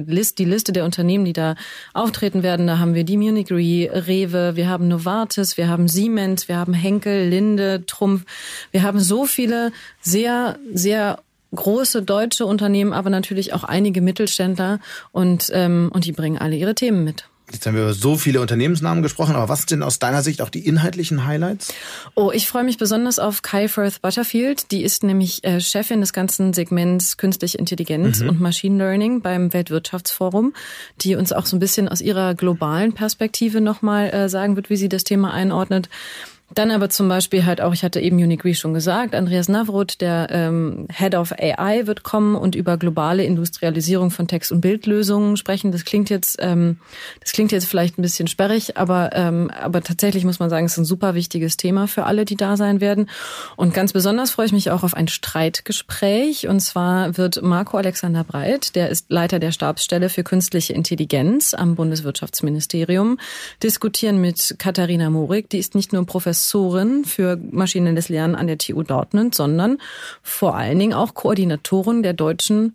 Liste der Unternehmen, die da auftreten werden, da haben wir die Munich Re, Rewe, wir haben Novartis, wir haben Siemens, wir haben Henkel, Linde, Trumpf. Wir haben so viele sehr, sehr große deutsche Unternehmen, aber natürlich auch einige Mittelständler und die bringen alle ihre Themen mit. Jetzt haben wir über so viele Unternehmensnamen gesprochen, aber was sind denn aus deiner Sicht auch die inhaltlichen Highlights? Oh, ich freue mich besonders auf Kai Firth Butterfield. Die ist nämlich Chefin des ganzen Segments Künstliche Intelligenz und Machine Learning beim Weltwirtschaftsforum, die uns auch so ein bisschen aus ihrer globalen Perspektive nochmal sagen wird, wie sie das Thema einordnet. Dann aber zum Beispiel halt auch, ich hatte eben Munich Re schon gesagt, Andreas Navroth, der Head of AI, wird kommen und über globale Industrialisierung von Text- und Bildlösungen sprechen. Das klingt jetzt vielleicht ein bisschen sperrig, aber tatsächlich muss man sagen, es ist ein super wichtiges Thema für alle, die da sein werden. Und ganz besonders freue ich mich auch auf ein Streitgespräch. Und zwar wird Marco Alexander Breit, der ist Leiter der Stabsstelle für künstliche Intelligenz am Bundeswirtschaftsministerium, diskutieren mit Katharina Morik. Die ist nicht nur Professorin für maschinelles Lernen an der TU Dortmund, sondern vor allen Dingen auch Koordinatorin der deutschen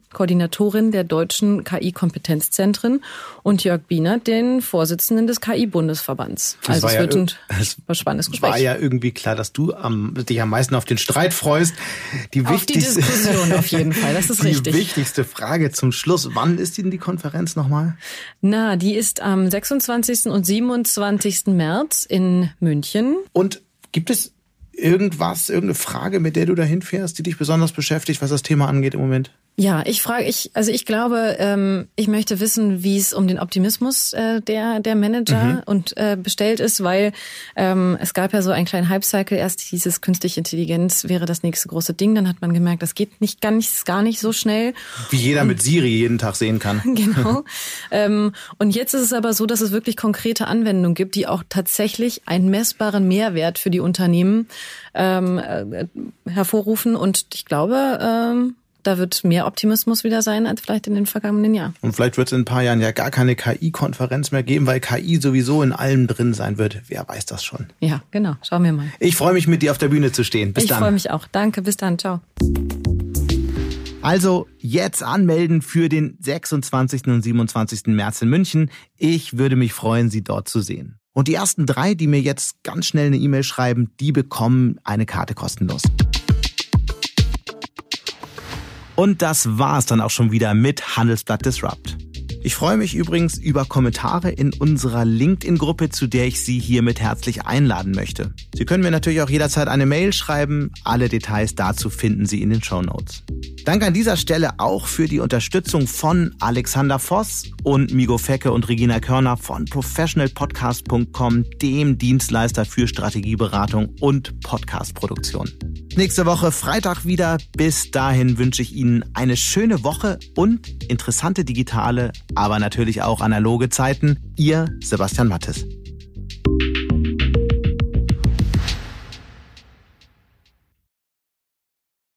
KI-Kompetenzzentren und Jörg Bienert, den Vorsitzenden des KI-Bundesverbands. Also es wird ein spannendes Gespräch. War ja irgendwie klar, dass du dich am meisten auf den Streit freust. Auf die Diskussion auf jeden Fall, das ist richtig. Die wichtigste Frage zum Schluss. Wann ist denn die Konferenz nochmal? Die ist am 26. und 27. März in München. Und gibt es irgendeine Frage, mit der du dahin fährst, die dich besonders beschäftigt, was das Thema angeht im Moment? Ja, ich glaube, ich möchte wissen, wie es um den Optimismus der Manager und bestellt ist, weil es gab ja so einen kleinen Hype-Cycle. Erst hieß es, künstliche Intelligenz wäre das nächste große Ding. Dann hat man gemerkt, das geht gar nicht so schnell. Wie jeder mit Siri jeden Tag sehen kann. Genau. Und jetzt ist es aber so, dass es wirklich konkrete Anwendungen gibt, die auch tatsächlich einen messbaren Mehrwert für die Unternehmen hervorrufen. Und ich glaube, da wird mehr Optimismus wieder sein als vielleicht in den vergangenen Jahren. Und vielleicht wird es in ein paar Jahren ja gar keine KI-Konferenz mehr geben, weil KI sowieso in allem drin sein wird. Wer weiß das schon? Ja, genau. Schauen wir mal. Ich freue mich, mit dir auf der Bühne zu stehen. Bis dann. Ich freue mich auch. Danke, bis dann. Ciao. Also jetzt anmelden für den 26. und 27. März in München. Ich würde mich freuen, Sie dort zu sehen. Und die ersten 3, die mir jetzt ganz schnell eine E-Mail schreiben, die bekommen eine Karte kostenlos. Und das war's dann auch schon wieder mit Handelsblatt Disrupt. Ich freue mich übrigens über Kommentare in unserer LinkedIn-Gruppe, zu der ich Sie hiermit herzlich einladen möchte. Sie können mir natürlich auch jederzeit eine Mail schreiben. Alle Details dazu finden Sie in den Shownotes. Danke an dieser Stelle auch für die Unterstützung von Alexander Voss und Migo Fecke und Regina Körner von professionalpodcast.com, dem Dienstleister für Strategieberatung und Podcastproduktion. Nächste Woche Freitag wieder. Bis dahin wünsche ich Ihnen eine schöne Woche und interessante digitale, aber natürlich auch analoge Zeiten. Ihr Sebastian Mattes.